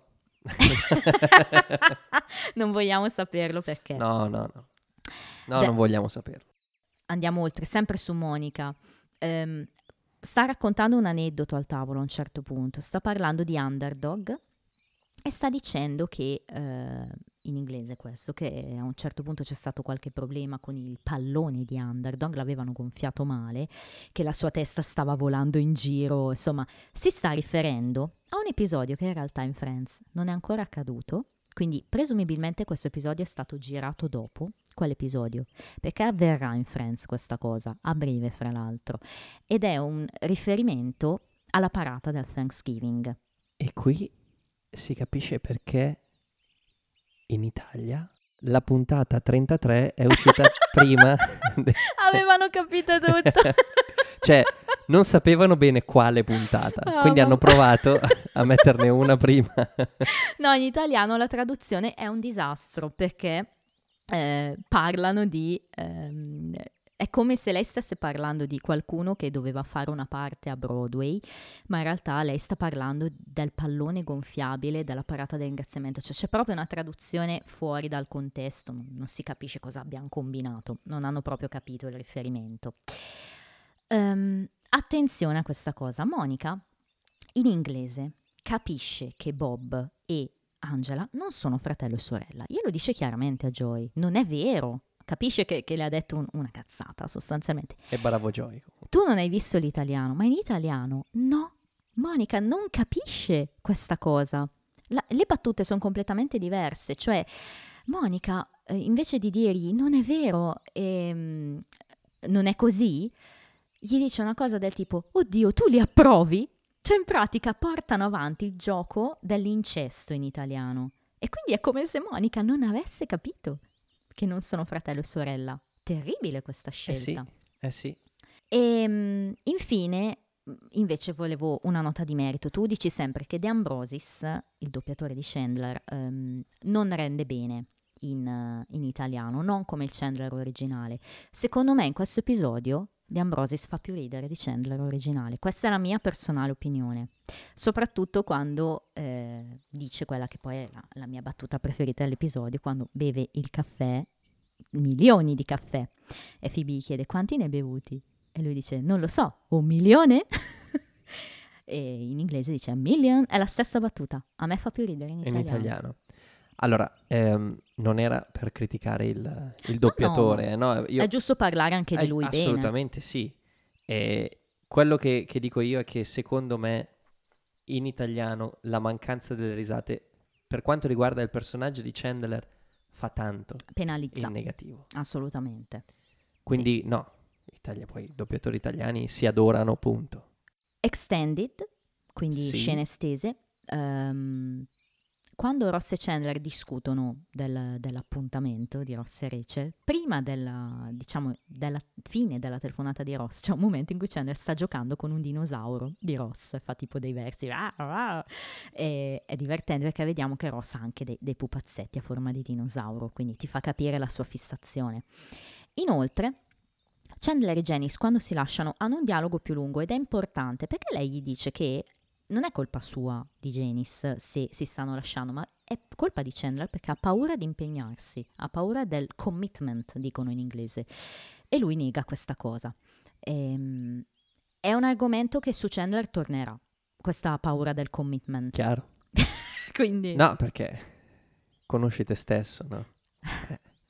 Non vogliamo saperlo perché... No, no, no. No, De- non vogliamo saperlo. Andiamo oltre, sempre su Monica. Ehm, sta raccontando un aneddoto al tavolo a un certo punto. Sta parlando di underdog e sta dicendo che, eh, in inglese questo, che a un certo punto c'è stato qualche problema con il pallone di underdog, l'avevano gonfiato male, che la sua testa stava volando in giro, insomma, si sta riferendo a un episodio che in realtà in Friends non è ancora accaduto, quindi presumibilmente questo episodio è stato girato dopo quell'episodio, perché avverrà in Friends questa cosa, a breve fra l'altro, ed è un riferimento alla parata del Thanksgiving. E qui si capisce perché in Italia la puntata trentatré è uscita prima. de- Avevano capito tutto. Cioè, non sapevano bene quale puntata, Ah, quindi ma- hanno provato a metterne una prima. No, in italiano la traduzione è un disastro perché eh, parlano di... ehm, è come se lei stesse parlando di qualcuno che doveva fare una parte a Broadway, ma in realtà lei sta parlando del pallone gonfiabile, della parata del ringraziamento. Cioè c'è proprio una traduzione fuori dal contesto, non, non si capisce cosa abbiano combinato, non hanno proprio capito il riferimento. Ehm, attenzione a questa cosa, Monica in inglese capisce che Bob e Angela non sono fratello e sorella. Glielo dice chiaramente a Joy. Non è vero. Capisce che, che le ha detto un- una cazzata, sostanzialmente. E bravo Joy. Tu non hai visto l'italiano, ma in italiano no. Monica non capisce questa cosa. La- le battute sono completamente diverse. Cioè, Monica, eh, invece di dirgli non è vero, ehm, non è così, gli dice una cosa del tipo, oddio, tu li approvi? Cioè in pratica portano avanti il gioco dell'incesto in italiano. E quindi è come se Monica non avesse capito che non sono fratello e sorella. Terribile questa Eh sì, scelta. eh sì. E mm, infine, mm, invece volevo una nota di merito. Tu dici sempre che De Ambrosis, il doppiatore di Chandler, ehm, non rende bene in, eh, in italiano, non come il Chandler originale. Secondo me in questo episodio De Ambrosis fa più ridere di Chandler originale. Questa è la mia personale opinione. Soprattutto quando eh, dice quella che poi è la, la mia battuta preferita dell'episodio, quando beve il caffè, milioni di caffè. E Phoebe gli chiede quanti ne hai bevuti? E lui dice non lo so, un milione? E in inglese dice a million, è la stessa battuta. A me fa più ridere in In italiano. italiano. Allora, ehm, non era per criticare il, il doppiatore, eh, no? Io, È giusto parlare anche di eh, lui bene. assolutamente sì. E quello che, che dico io è che secondo me in italiano la mancanza delle risate, per quanto riguarda il personaggio di Chandler, fa tanto Penalizza, in negativo. assolutamente. Quindi no, Italia, poi i doppiatori italiani si adorano, punto. Extended, quindi Sì. scene estese. ehm, quando Ross e Chandler discutono del- dell'appuntamento di Ross e Rachel, prima della, diciamo, della fine della telefonata di Ross, c'è un momento in cui Chandler sta giocando con un dinosauro di Ross, fa tipo dei versi, "Ah, ah", e è divertente perché vediamo che Ross ha anche dei, dei pupazzetti a forma di dinosauro, quindi ti fa capire la sua fissazione. Inoltre, Chandler e Janice quando si lasciano hanno un dialogo più lungo ed è importante perché lei gli dice che non è colpa sua di Janice se si stanno lasciando, ma è colpa di Chandler perché ha paura di impegnarsi, ha paura del commitment, dicono in inglese, e lui nega questa cosa. Ehm, è un argomento che su Chandler tornerà, questa paura del commitment. Chiaro? Quindi... No, perché conosci te stesso, no? Eh,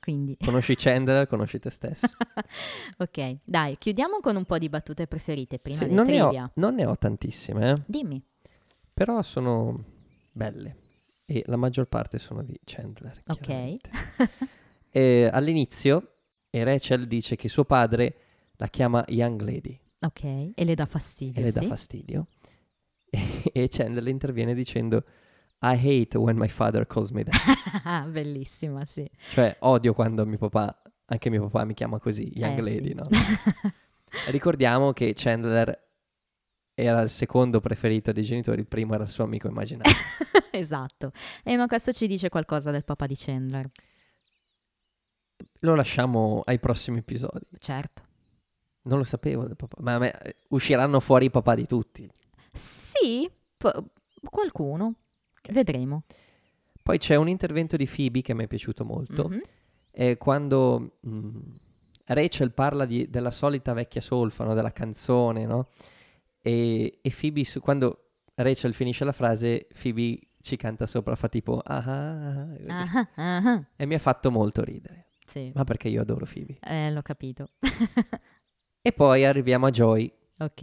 quindi... Conosci Chandler, conosci te stesso. Ok, dai, chiudiamo con un po' di battute preferite prima Sì, dei non, ne trivia. ho, non ne ho tantissime, eh, Dimmi. però sono belle e la maggior parte sono di Chandler. Ok. chiaramente. E all'inizio e Rachel dice che suo padre la chiama Young Lady Ok, e le dà fastidio, e le sì? dà fastidio. E Chandler interviene dicendo I hate when my father calls me that. Ah, bellissima, sì. Cioè odio quando mio papà, anche mio papà mi chiama così, Young Eh, Lady, sì. no? Ricordiamo che Chandler era il secondo preferito dei genitori, il primo era il suo amico immaginario. Esatto. E ma questo ci dice qualcosa del papà di Chandler. Lo lasciamo ai prossimi episodi. Certo. Non lo sapevo del papà, ma a me, eh, usciranno fuori i papà di tutti. Sì, po- qualcuno. Vedremo. Poi c'è un intervento di Phoebe che mi è piaciuto molto. Mhm. È quando mh, Rachel parla di- della solita vecchia solfa, no? Della canzone, no? E, e Phoebe, su- quando Rachel finisce la frase, Phoebe ci canta sopra, fa tipo ah, ah, ah, così. Ah, ah, ah. E mi ha fatto molto ridere, Sì, ma perché io adoro Phoebe. eh, l'ho capito. E poi arriviamo a Joy, Ok.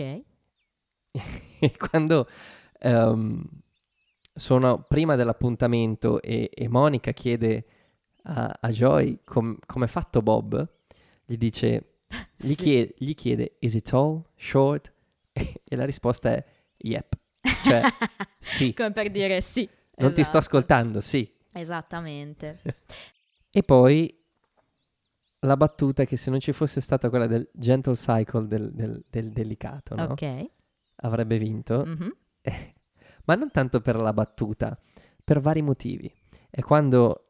e quando ehm, sono prima dell'appuntamento e, e Monica chiede a, a Joy com- come è fatto Bob, gli dice, gli, Sì. chiede, gli chiede is it tall, short? E, e la risposta è yep, cioè sì, Come per dire sì. non ti sto Esatto. ascoltando, sì. Esattamente. E poi la battuta che se non ci fosse stata quella del gentle cycle del, del- del delicato, no? Ok. Avrebbe vinto. Mhm. Ma non tanto per la battuta, per vari motivi. È quando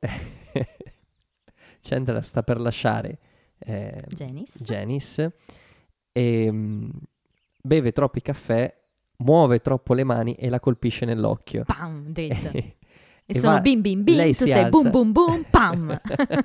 Chandler sta per lasciare eh, Janice. Janice e mm, beve troppi caffè, muove troppo le mani e la colpisce nell'occhio. Pam, dritta. E, E e sono va- bim bim bim, lei tu si sei boom alza. boom boom, pam.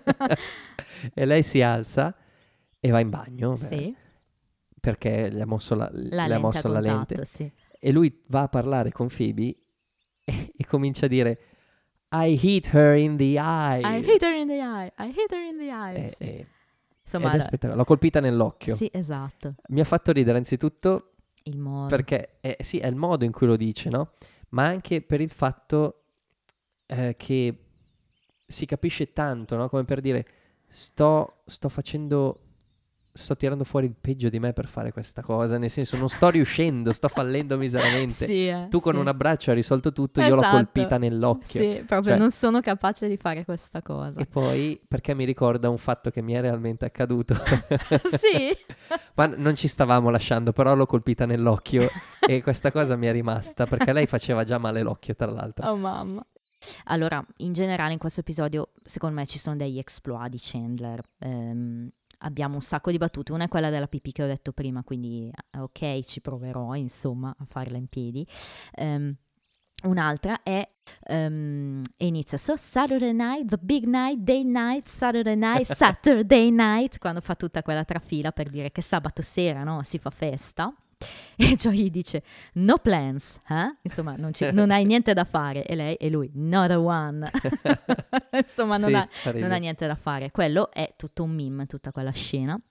E lei si alza e va in bagno beh, Sì, perché gli ha mosso la, la le ha lente a mosso la contatto, lente. sì. E lui va a parlare con Phoebe e, e comincia a dire I hit her in the eye. I hit her in the eye, I hit her in the eye. E- sì. e- Insomma, ed è la- spettacolare. L'ho colpita nell'occhio. sì, esatto. Mi ha fatto ridere anzitutto Il modo. perché è, sì, è il modo in cui lo dice, no? Ma anche per il fatto eh, che si capisce tanto, no? Come per dire sto, sto facendo, sto tirando fuori il peggio di me per fare questa cosa, nel senso non sto riuscendo, sto fallendo miseramente. Sì, eh, Tu con sì. un abbraccio hai risolto tutto, io l'ho Esatto. colpita nell'occhio. Sì, proprio Cioè- non sono capace di fare questa cosa. E poi, perché mi ricorda un fatto che mi è realmente accaduto. Sì. Ma n- non ci stavamo lasciando, però l'ho colpita nell'occhio e questa cosa mi è rimasta, perché lei faceva già male l'occhio, tra l'altro. Oh mamma. Allora, in generale in questo episodio, secondo me ci sono degli exploit di Chandler. Ehm, abbiamo un sacco di battute. Una è quella della pipì che ho detto prima, quindi eh, ok, ci proverò, insomma, a farla in piedi. Ehm, un'altra è ehm, e inizia so Saturday night, the big night, day night, Saturday night, Saturday night, quando fa tutta quella trafila per dire che sabato sera, no, si fa festa. E Joey gli dice no plans, eh? Insomma non, ci- non hai niente da fare, e lei e lui not a one. Insomma non, Sì, ha, fa non ridere. ha niente da fare. Quello è tutto un meme, tutta quella scena.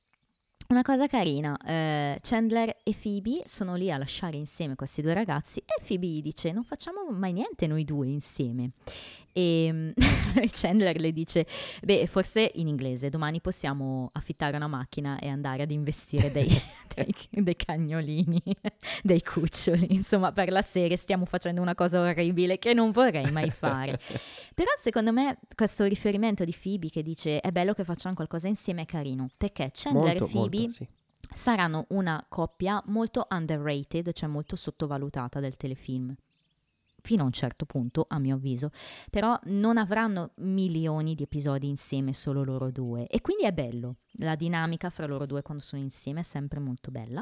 Una cosa carina, eh, Chandler e Phoebe sono lì a lasciare insieme questi due ragazzi e Phoebe gli dice non facciamo mai niente noi due insieme. E mm, Chandler le dice beh forse in inglese domani possiamo affittare una macchina e andare ad investire dei, dei, dei cagnolini, dei cuccioli, insomma per la serie stiamo facendo una cosa orribile che non vorrei mai fare. Però secondo me questo riferimento di Phoebe che dice è bello che facciamo qualcosa insieme è carino, perché Chandler Molto, e Phoebe molto, sì. saranno una coppia molto underrated, cioè molto sottovalutata del telefilm. Fino a un certo punto, a mio avviso, però non avranno milioni di episodi insieme solo loro due. E quindi è bello, la dinamica fra loro due quando sono insieme è sempre molto bella.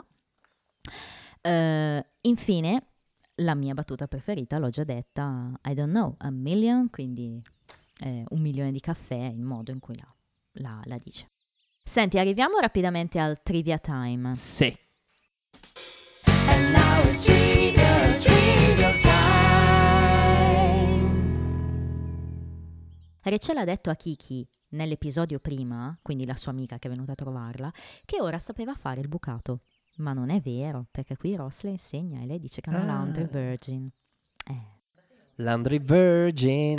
Uh, infine, la mia battuta preferita, l'ho già detta, I don't know, a million, quindi eh, un milione di caffè, il modo in cui la, la, la dice. Senti, arriviamo rapidamente al trivia time. Sì. And now it's trivia, trivia time. Rachel ha detto a Kiki, nell'episodio prima, quindi la sua amica che è venuta a trovarla, che ora sapeva fare il bucato. Ma non è vero, perché qui Ross le insegna e lei dice che è una Ah. laundry virgin. Eh. Laundry Virgin.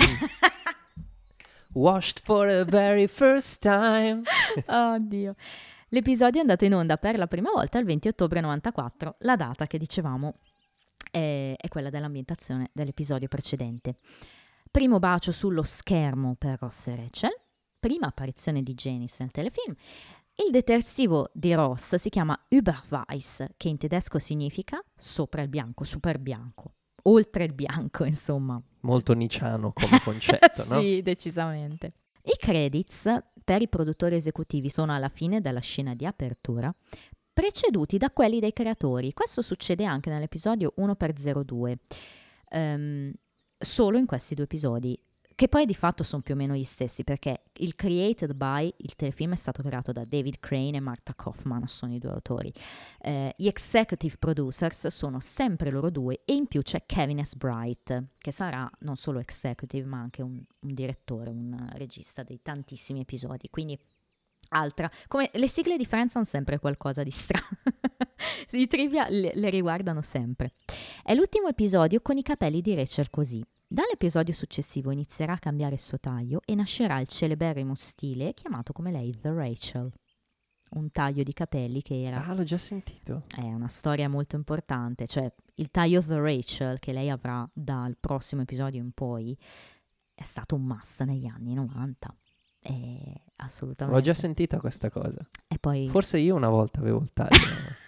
Washed for the very first time. Oddio. L'episodio è andato in onda per la prima volta il venti ottobre novantaquattro, la data che dicevamo è, è quella dell'ambientazione dell'episodio precedente. Primo bacio sullo schermo per Ross e Rachel, prima apparizione di Janice nel telefilm. Il detersivo di Ross si chiama Überweiß, che in tedesco significa sopra il bianco, super bianco, oltre il bianco, insomma. Molto nicciano come concetto, no? Sì, decisamente. I credits per i produttori esecutivi sono alla fine della scena di apertura, preceduti da quelli dei creatori. Questo succede anche nell'episodio uno per zero due, um, solo in questi due episodi, che poi di fatto sono più o meno gli stessi, perché il created by, il telefilm è stato creato da David Crane e Martha Kaufman, sono i due autori. Eh, gli executive producers sono sempre loro due, e in più c'è Kevin S. Bright, che sarà non solo executive ma anche un, un direttore, un regista dei tantissimi episodi, quindi altra, come le sigle di Friends hanno sempre qualcosa di strano. I trivia le, le riguardano sempre. È l'ultimo episodio con i capelli di Rachel così. Dall'episodio successivo inizierà a cambiare il suo taglio e nascerà il celeberrimo stile chiamato come lei The Rachel. Un taglio di capelli che era... Ah, l'ho già sentito. È una storia molto importante, cioè il taglio The Rachel che lei avrà dal prossimo episodio in poi è stato un must negli anni novanta. È assolutamente... L'ho già sentita questa cosa. E poi... Forse io una volta avevo il taglio.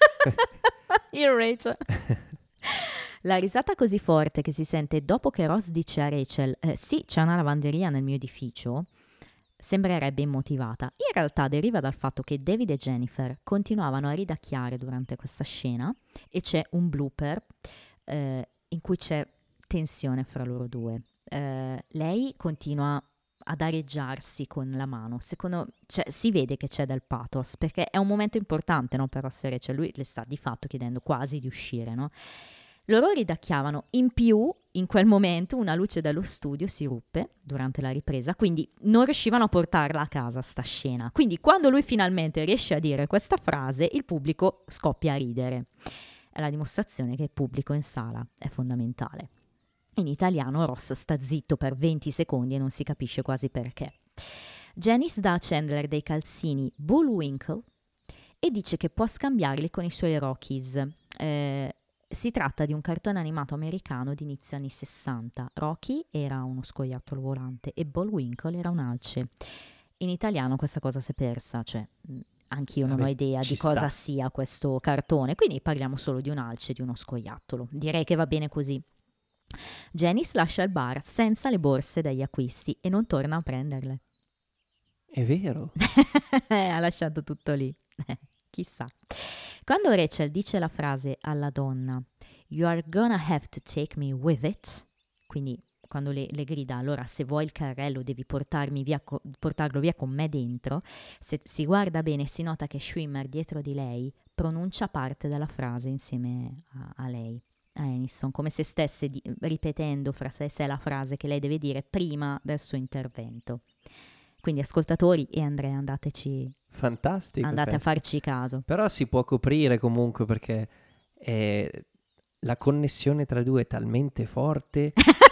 Io Rachel. La risata così forte che si sente dopo che Ross dice a Rachel eh, sì, c'è una lavanderia nel mio edificio, sembrerebbe immotivata. In realtà deriva dal fatto che David e Jennifer continuavano a ridacchiare durante questa scena e c'è un blooper eh, in cui c'è tensione fra loro due. Eh, lei continua ad areggiarsi con la mano, secondo, cioè, si vede che c'è del pathos, perché è un momento importante, no, per Ross e Rachel. Lui le sta di fatto chiedendo quasi di uscire, no? Loro ridacchiavano. In più, in quel momento, una luce dallo studio si ruppe durante la ripresa, quindi non riuscivano a portarla a casa sta scena. Quindi quando lui finalmente riesce a dire questa frase, il pubblico scoppia a ridere. È la dimostrazione che il pubblico in sala è fondamentale. In italiano Ross sta zitto per venti secondi e non si capisce quasi perché. Janice dà a Chandler dei calzini Bullwinkle e dice che può scambiarli con i suoi Rockies. Eh, Si tratta di un cartone animato americano di inizio anni sessanta. Rocky era uno scoiattolo volante e Bullwinkle era un alce. In italiano questa cosa si è persa, cioè anch'io non Vabbè, ho idea ci di cosa sta. sia questo cartone, quindi parliamo solo di un alce e di uno scoiattolo. Direi che va bene così. Janice lascia il bar senza le borse degli acquisti e non torna a prenderle. È vero. Ha lasciato tutto lì. Chissà. Quando Rachel dice la frase alla donna "You are gonna have to take me with it", quindi quando le, le grida "allora se vuoi il carrello devi portarmi via co- portarlo via con me dentro", se si guarda bene si nota che Schwimmer dietro di lei pronuncia parte della frase insieme a, a lei, a Aniston, come se stesse di- ripetendo fra sé e sé la frase che lei deve dire prima del suo intervento. Quindi ascoltatori e Andrea, andateci, Fantastico. andate questo. a farci caso. Però si può coprire comunque perché eh, la connessione tra i due è talmente forte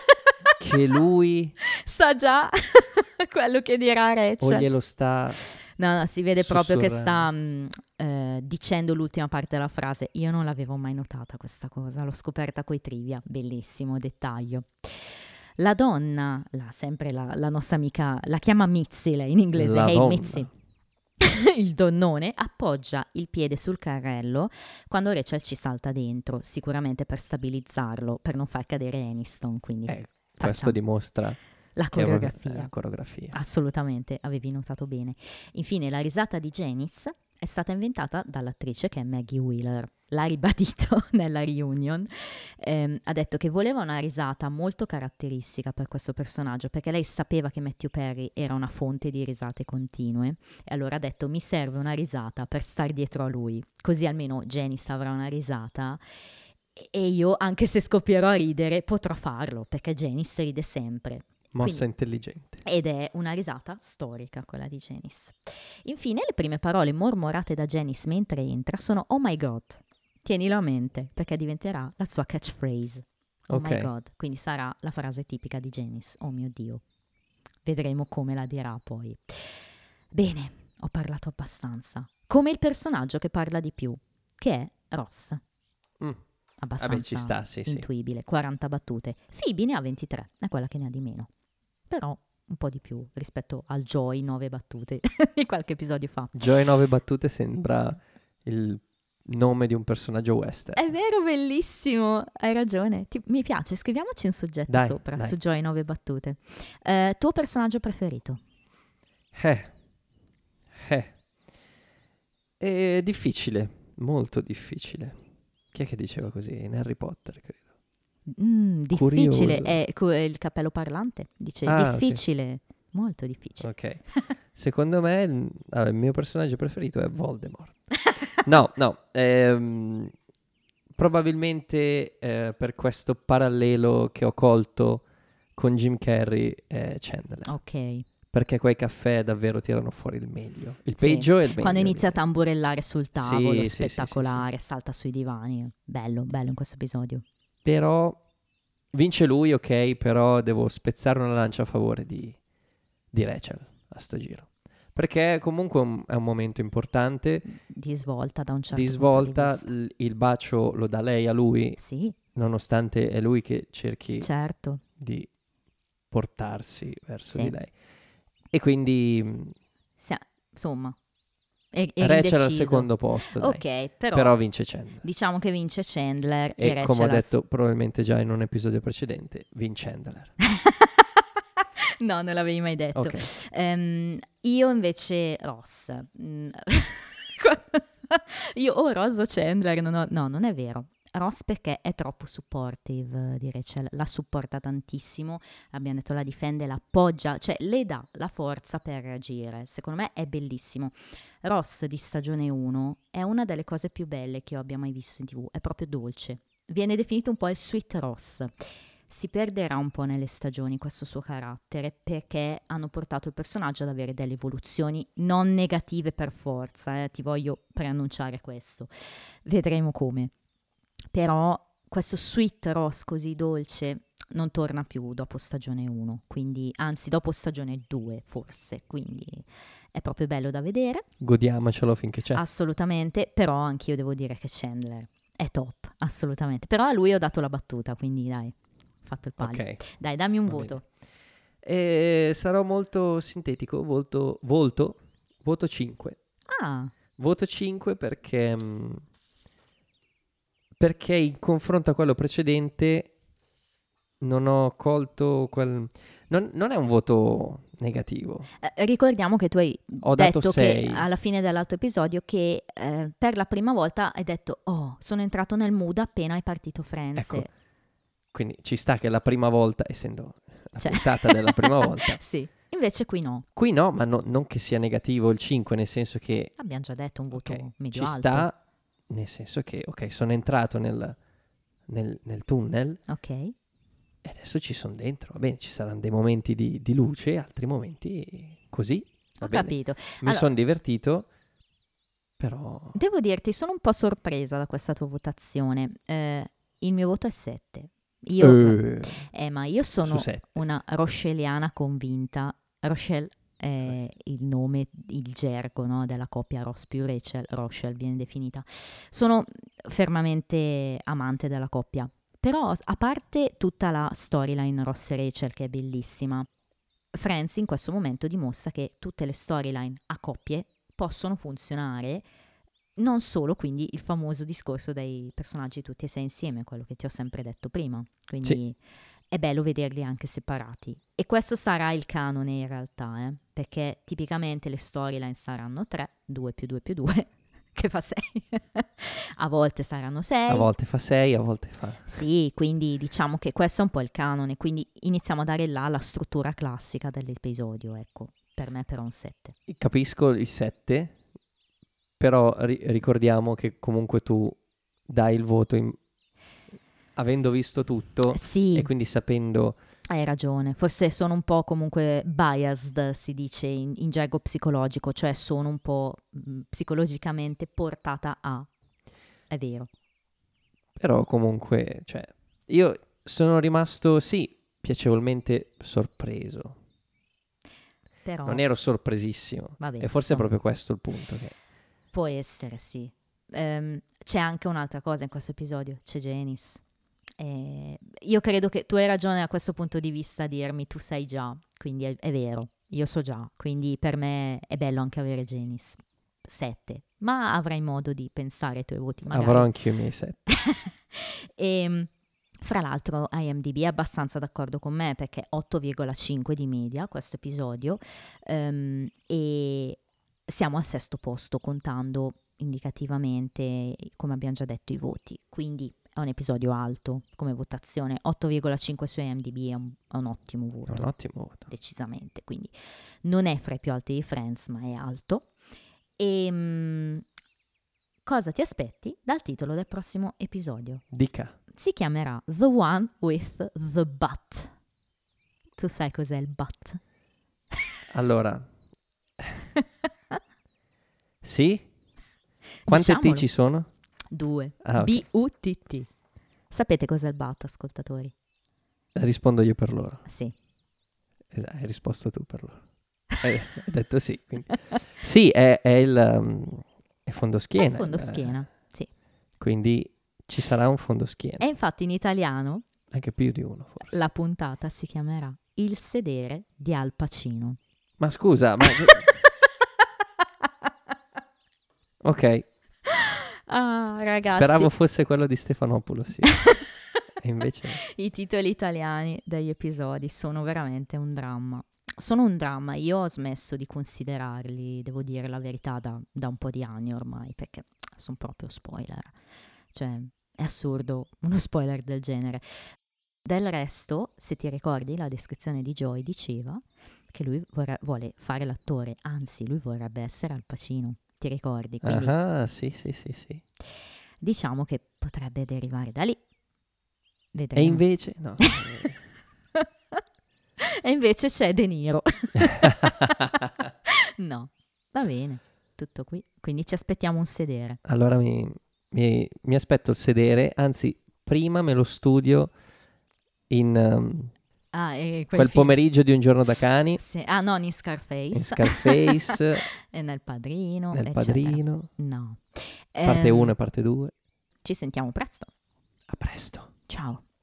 che lui Sa già quello che dirà o Rachel. glielo sta... No, no, si vede proprio che sta sussurrando. mh, eh, dicendo l'ultima parte della frase. Io non l'avevo mai notata questa cosa, l'ho scoperta coi trivia, bellissimo dettaglio. La donna, la, sempre la, la nostra amica, la chiama Mitzi lei in inglese, La hey donna. Mitzi. Il donnone appoggia il piede sul carrello quando Rachel ci salta dentro, sicuramente per stabilizzarlo, per non far cadere Aniston, quindi Eh, questo facciamo dimostra la che è proprio- coreografia. la coreografia. Assolutamente, avevi notato bene. Infine, la risata di Janice è stata inventata dall'attrice che è Maggie Wheeler. L'ha ribadito nella reunion. Ehm, ha detto che voleva una risata molto caratteristica per questo personaggio, perché lei sapeva che Matthew Perry era una fonte di risate continue. E allora ha detto: mi serve una risata per star dietro a lui, così almeno Janice avrà una risata e io, anche se scoppierò a ridere, potrò farlo, perché Janice ride sempre. Mossa Quindi- intelligente. ed è una risata storica quella di Janice. Infine, le prime parole mormorate da Janice mentre entra sono "Oh my God". Tienilo a mente, perché diventerà la sua catchphrase. Oh my Ok. God. Quindi sarà la frase tipica di Janice. Oh mio Dio. Vedremo come la dirà poi. Bene, ho parlato abbastanza. Come il personaggio che parla di più, che è Ross. Mm. Abbastanza Vabbè, ci sta, sì, sì. intuibile. quaranta battute. Phoebe ne ha ventitré, è quella che ne ha di meno. Però un po' di più rispetto al Joy nove battute di qualche episodio fa. Joy nove battute sembra il nome di un personaggio western. È vero, bellissimo, hai ragione. Ti- mi piace, scriviamoci un soggetto Dai, sopra dai. su Joy nove battute. Eh, tuo personaggio preferito? Eh. Eh. È difficile, molto difficile. Chi è che diceva così? In Harry Potter, credo. Mm, difficile, Curioso. è, cu- è il cappello parlante. Dice Ah, ok. difficile, molto difficile. Ok. Secondo me il, allora, il mio personaggio preferito è Voldemort. No, no. ehm, probabilmente eh, per questo parallelo che ho colto con Jim Carrey è Chandler. Ok. Perché quei caffè davvero tirano fuori il meglio. Il Sì. peggio e il meglio. Quando inizia a direi. tamburellare sul tavolo, Sì, sì, sì, sì, spettacolare, salta sui divani. Bello, bello in questo episodio. Però vince lui, ok, però devo spezzare una lancia a favore di, di Rachel a sto giro. Perché comunque un- è un momento importante Di svolta da un certo di punto svolta, vista. l- il bacio lo dà lei a lui, Sì, nonostante è lui che cerchi certo. di portarsi verso Sì. di lei. E quindi mh, Sì, insomma, e, e Rachel al indeciso. secondo posto, dai. Ok, però, Però vince Chandler. diciamo che vince Chandler e, E Rachel come ho ha- detto probabilmente già in un episodio precedente, vince Chandler. No, non l'avevi mai detto. Ok. Ehm, io invece Ross. Mm. Io o Ross o Chandler, non ho- no, non è vero. Ross perché è troppo supportive eh, di Rachel, la supporta tantissimo, abbiamo detto la difende, la appoggia, cioè le dà la forza per reagire, secondo me è bellissimo. Ross di stagione uno è una delle cose più belle che io abbia mai visto in tv, è proprio dolce, viene definito un po' il sweet Ross. Si perderà un po' nelle stagioni questo suo carattere perché hanno portato il personaggio ad avere delle evoluzioni non negative per forza, eh, ti voglio preannunciare questo, vedremo come. Però questo sweet Ross così dolce non torna più dopo stagione uno, quindi anzi dopo stagione due forse, quindi è proprio bello da vedere, Godiamocelo finché c'è. assolutamente, però anch'io devo dire che Chandler è top, assolutamente, però a lui ho dato la battuta, quindi dai, ho fatto il palio. Ok. Dai, dammi un Va voto. E sarò molto sintetico, volto, volto, voto cinque. Ah, Voto cinque perché, mh, perché in confronto a quello precedente non ho colto quel... Non, non è un voto negativo. eh, ricordiamo che tu hai Ho dato detto sei. che alla fine dell'altro episodio che eh, per la prima volta hai detto oh, sono entrato nel mood appena è partito Friends. Ecco, quindi ci sta che la prima volta, essendo la Cioè- puntata della prima volta, Sì, invece qui no, qui no, ma no- non che sia negativo il cinque, nel senso che abbiamo già detto un voto ok, medio ci alto. sta, nel senso che ok, sono entrato nel, nel- nel tunnel Ok, e adesso ci sono dentro. Va bene, ci saranno dei momenti di, di luce e altri momenti così. Va ho bene. capito. Mi Allora, sono divertito, però... devo dirti, sono un po' sorpresa da questa tua votazione. Eh, il mio voto è sette. Io, Eh, eh, ma io su sono sette. una rocheliana convinta. Rochelle è il nome, il gergo, no, della coppia Ross più Rachel. Rochelle viene definita. Sono fermamente amante della coppia. Però, a parte tutta la storyline Ross e Rachel, che è bellissima, Friends in questo momento dimostra che tutte le storyline a coppie possono funzionare, non solo quindi il famoso discorso dei personaggi tutti e sei insieme, quello che ti ho sempre detto prima. Quindi è bello vederli anche separati. E questo sarà il canone in realtà, eh? Perché tipicamente le storyline saranno tre, due più due più due, che fa sei. A volte saranno sei. A volte fa sei, a volte fa... Sì, quindi diciamo che questo è un po' il canone, quindi iniziamo a dare là la struttura classica dell'episodio, ecco, per me però un sette. Capisco il sette, però ri- ricordiamo che comunque tu dai il voto in- avendo visto tutto Sì, e quindi sapendo Hai ragione, forse sono un po' comunque biased, si dice in, in gergo psicologico, cioè sono un po' mh, psicologicamente portata a. È vero. Però comunque, cioè, io sono rimasto, sì, piacevolmente sorpreso. Però Non ero sorpresissimo. vabbè, E forse è insomma, proprio questo il punto. Che... può essere, sì. Ehm, c'è anche un'altra cosa in questo episodio, c'è Janice. Eh, io credo che tu hai ragione a questo punto di vista a dirmi tu sai già, quindi è, è vero, io so già, quindi per me è bello anche avere Janice. Sette, ma avrai modo di pensare ai tuoi voti magari. Avrò anche io i miei sette. E fra l'altro IMDb è abbastanza d'accordo con me perché otto virgola cinque di media questo episodio, ehm, e siamo al sesto posto contando indicativamente, come abbiamo già detto, i voti, quindi è un episodio alto come votazione. Otto virgola cinque su IMDb è un, è un ottimo voto, Un ottimo voto. decisamente, quindi non è fra i più alti di Friends ma è alto. E mm, cosa ti aspetti dal titolo del prossimo episodio? Dica. Si chiamerà The One with the Butt. Tu sai cos'è il butt? Allora, sì? Quante T Diciamolo. ci sono? Due. Ah, ok. B U T T. Sapete cos'è il butt, ascoltatori? Rispondo io per loro. Sì. Esatto, hai risposto tu per loro. Hai, hai detto sì. Quindi. Sì, è, è il um, è fondoschiena. È fondoschiena, il- sì. Quindi ci sarà un fondoschiena. E infatti in italiano Anche più di uno, forse. la puntata si chiamerà Il sedere di Al Pacino. Ma scusa, ma... ok, Ah, ragazzi. speravo fosse quello di Stefanopoulos, sì. E invece... I titoli italiani degli episodi sono veramente un dramma. Sono un dramma, io ho smesso di considerarli, devo dire la verità, da, da un po' di anni ormai, perché sono proprio spoiler. Cioè, è assurdo uno spoiler del genere. Del resto, se ti ricordi, la descrizione di Joy diceva che lui vorre- vuole fare l'attore, anzi, lui vorrebbe essere Al Pacino. Ti ricordi? Quindi Ah, sì, sì, sì, sì. diciamo che potrebbe derivare da lì. E Vedremo. invece... No. E invece c'è De Niro. No, va bene, tutto qui. Quindi ci aspettiamo un sedere. Allora mi, mi- mi aspetto il sedere, anzi, prima me lo studio in um, Ah, e quel quel film- pomeriggio di Un giorno da cani, Sì. Ah, non in Scarface. in Scarface, E nel Padrino. nel eccetera. Padrino, No. parte Ehm, uno e parte due. Ci sentiamo presto. A presto. Ciao.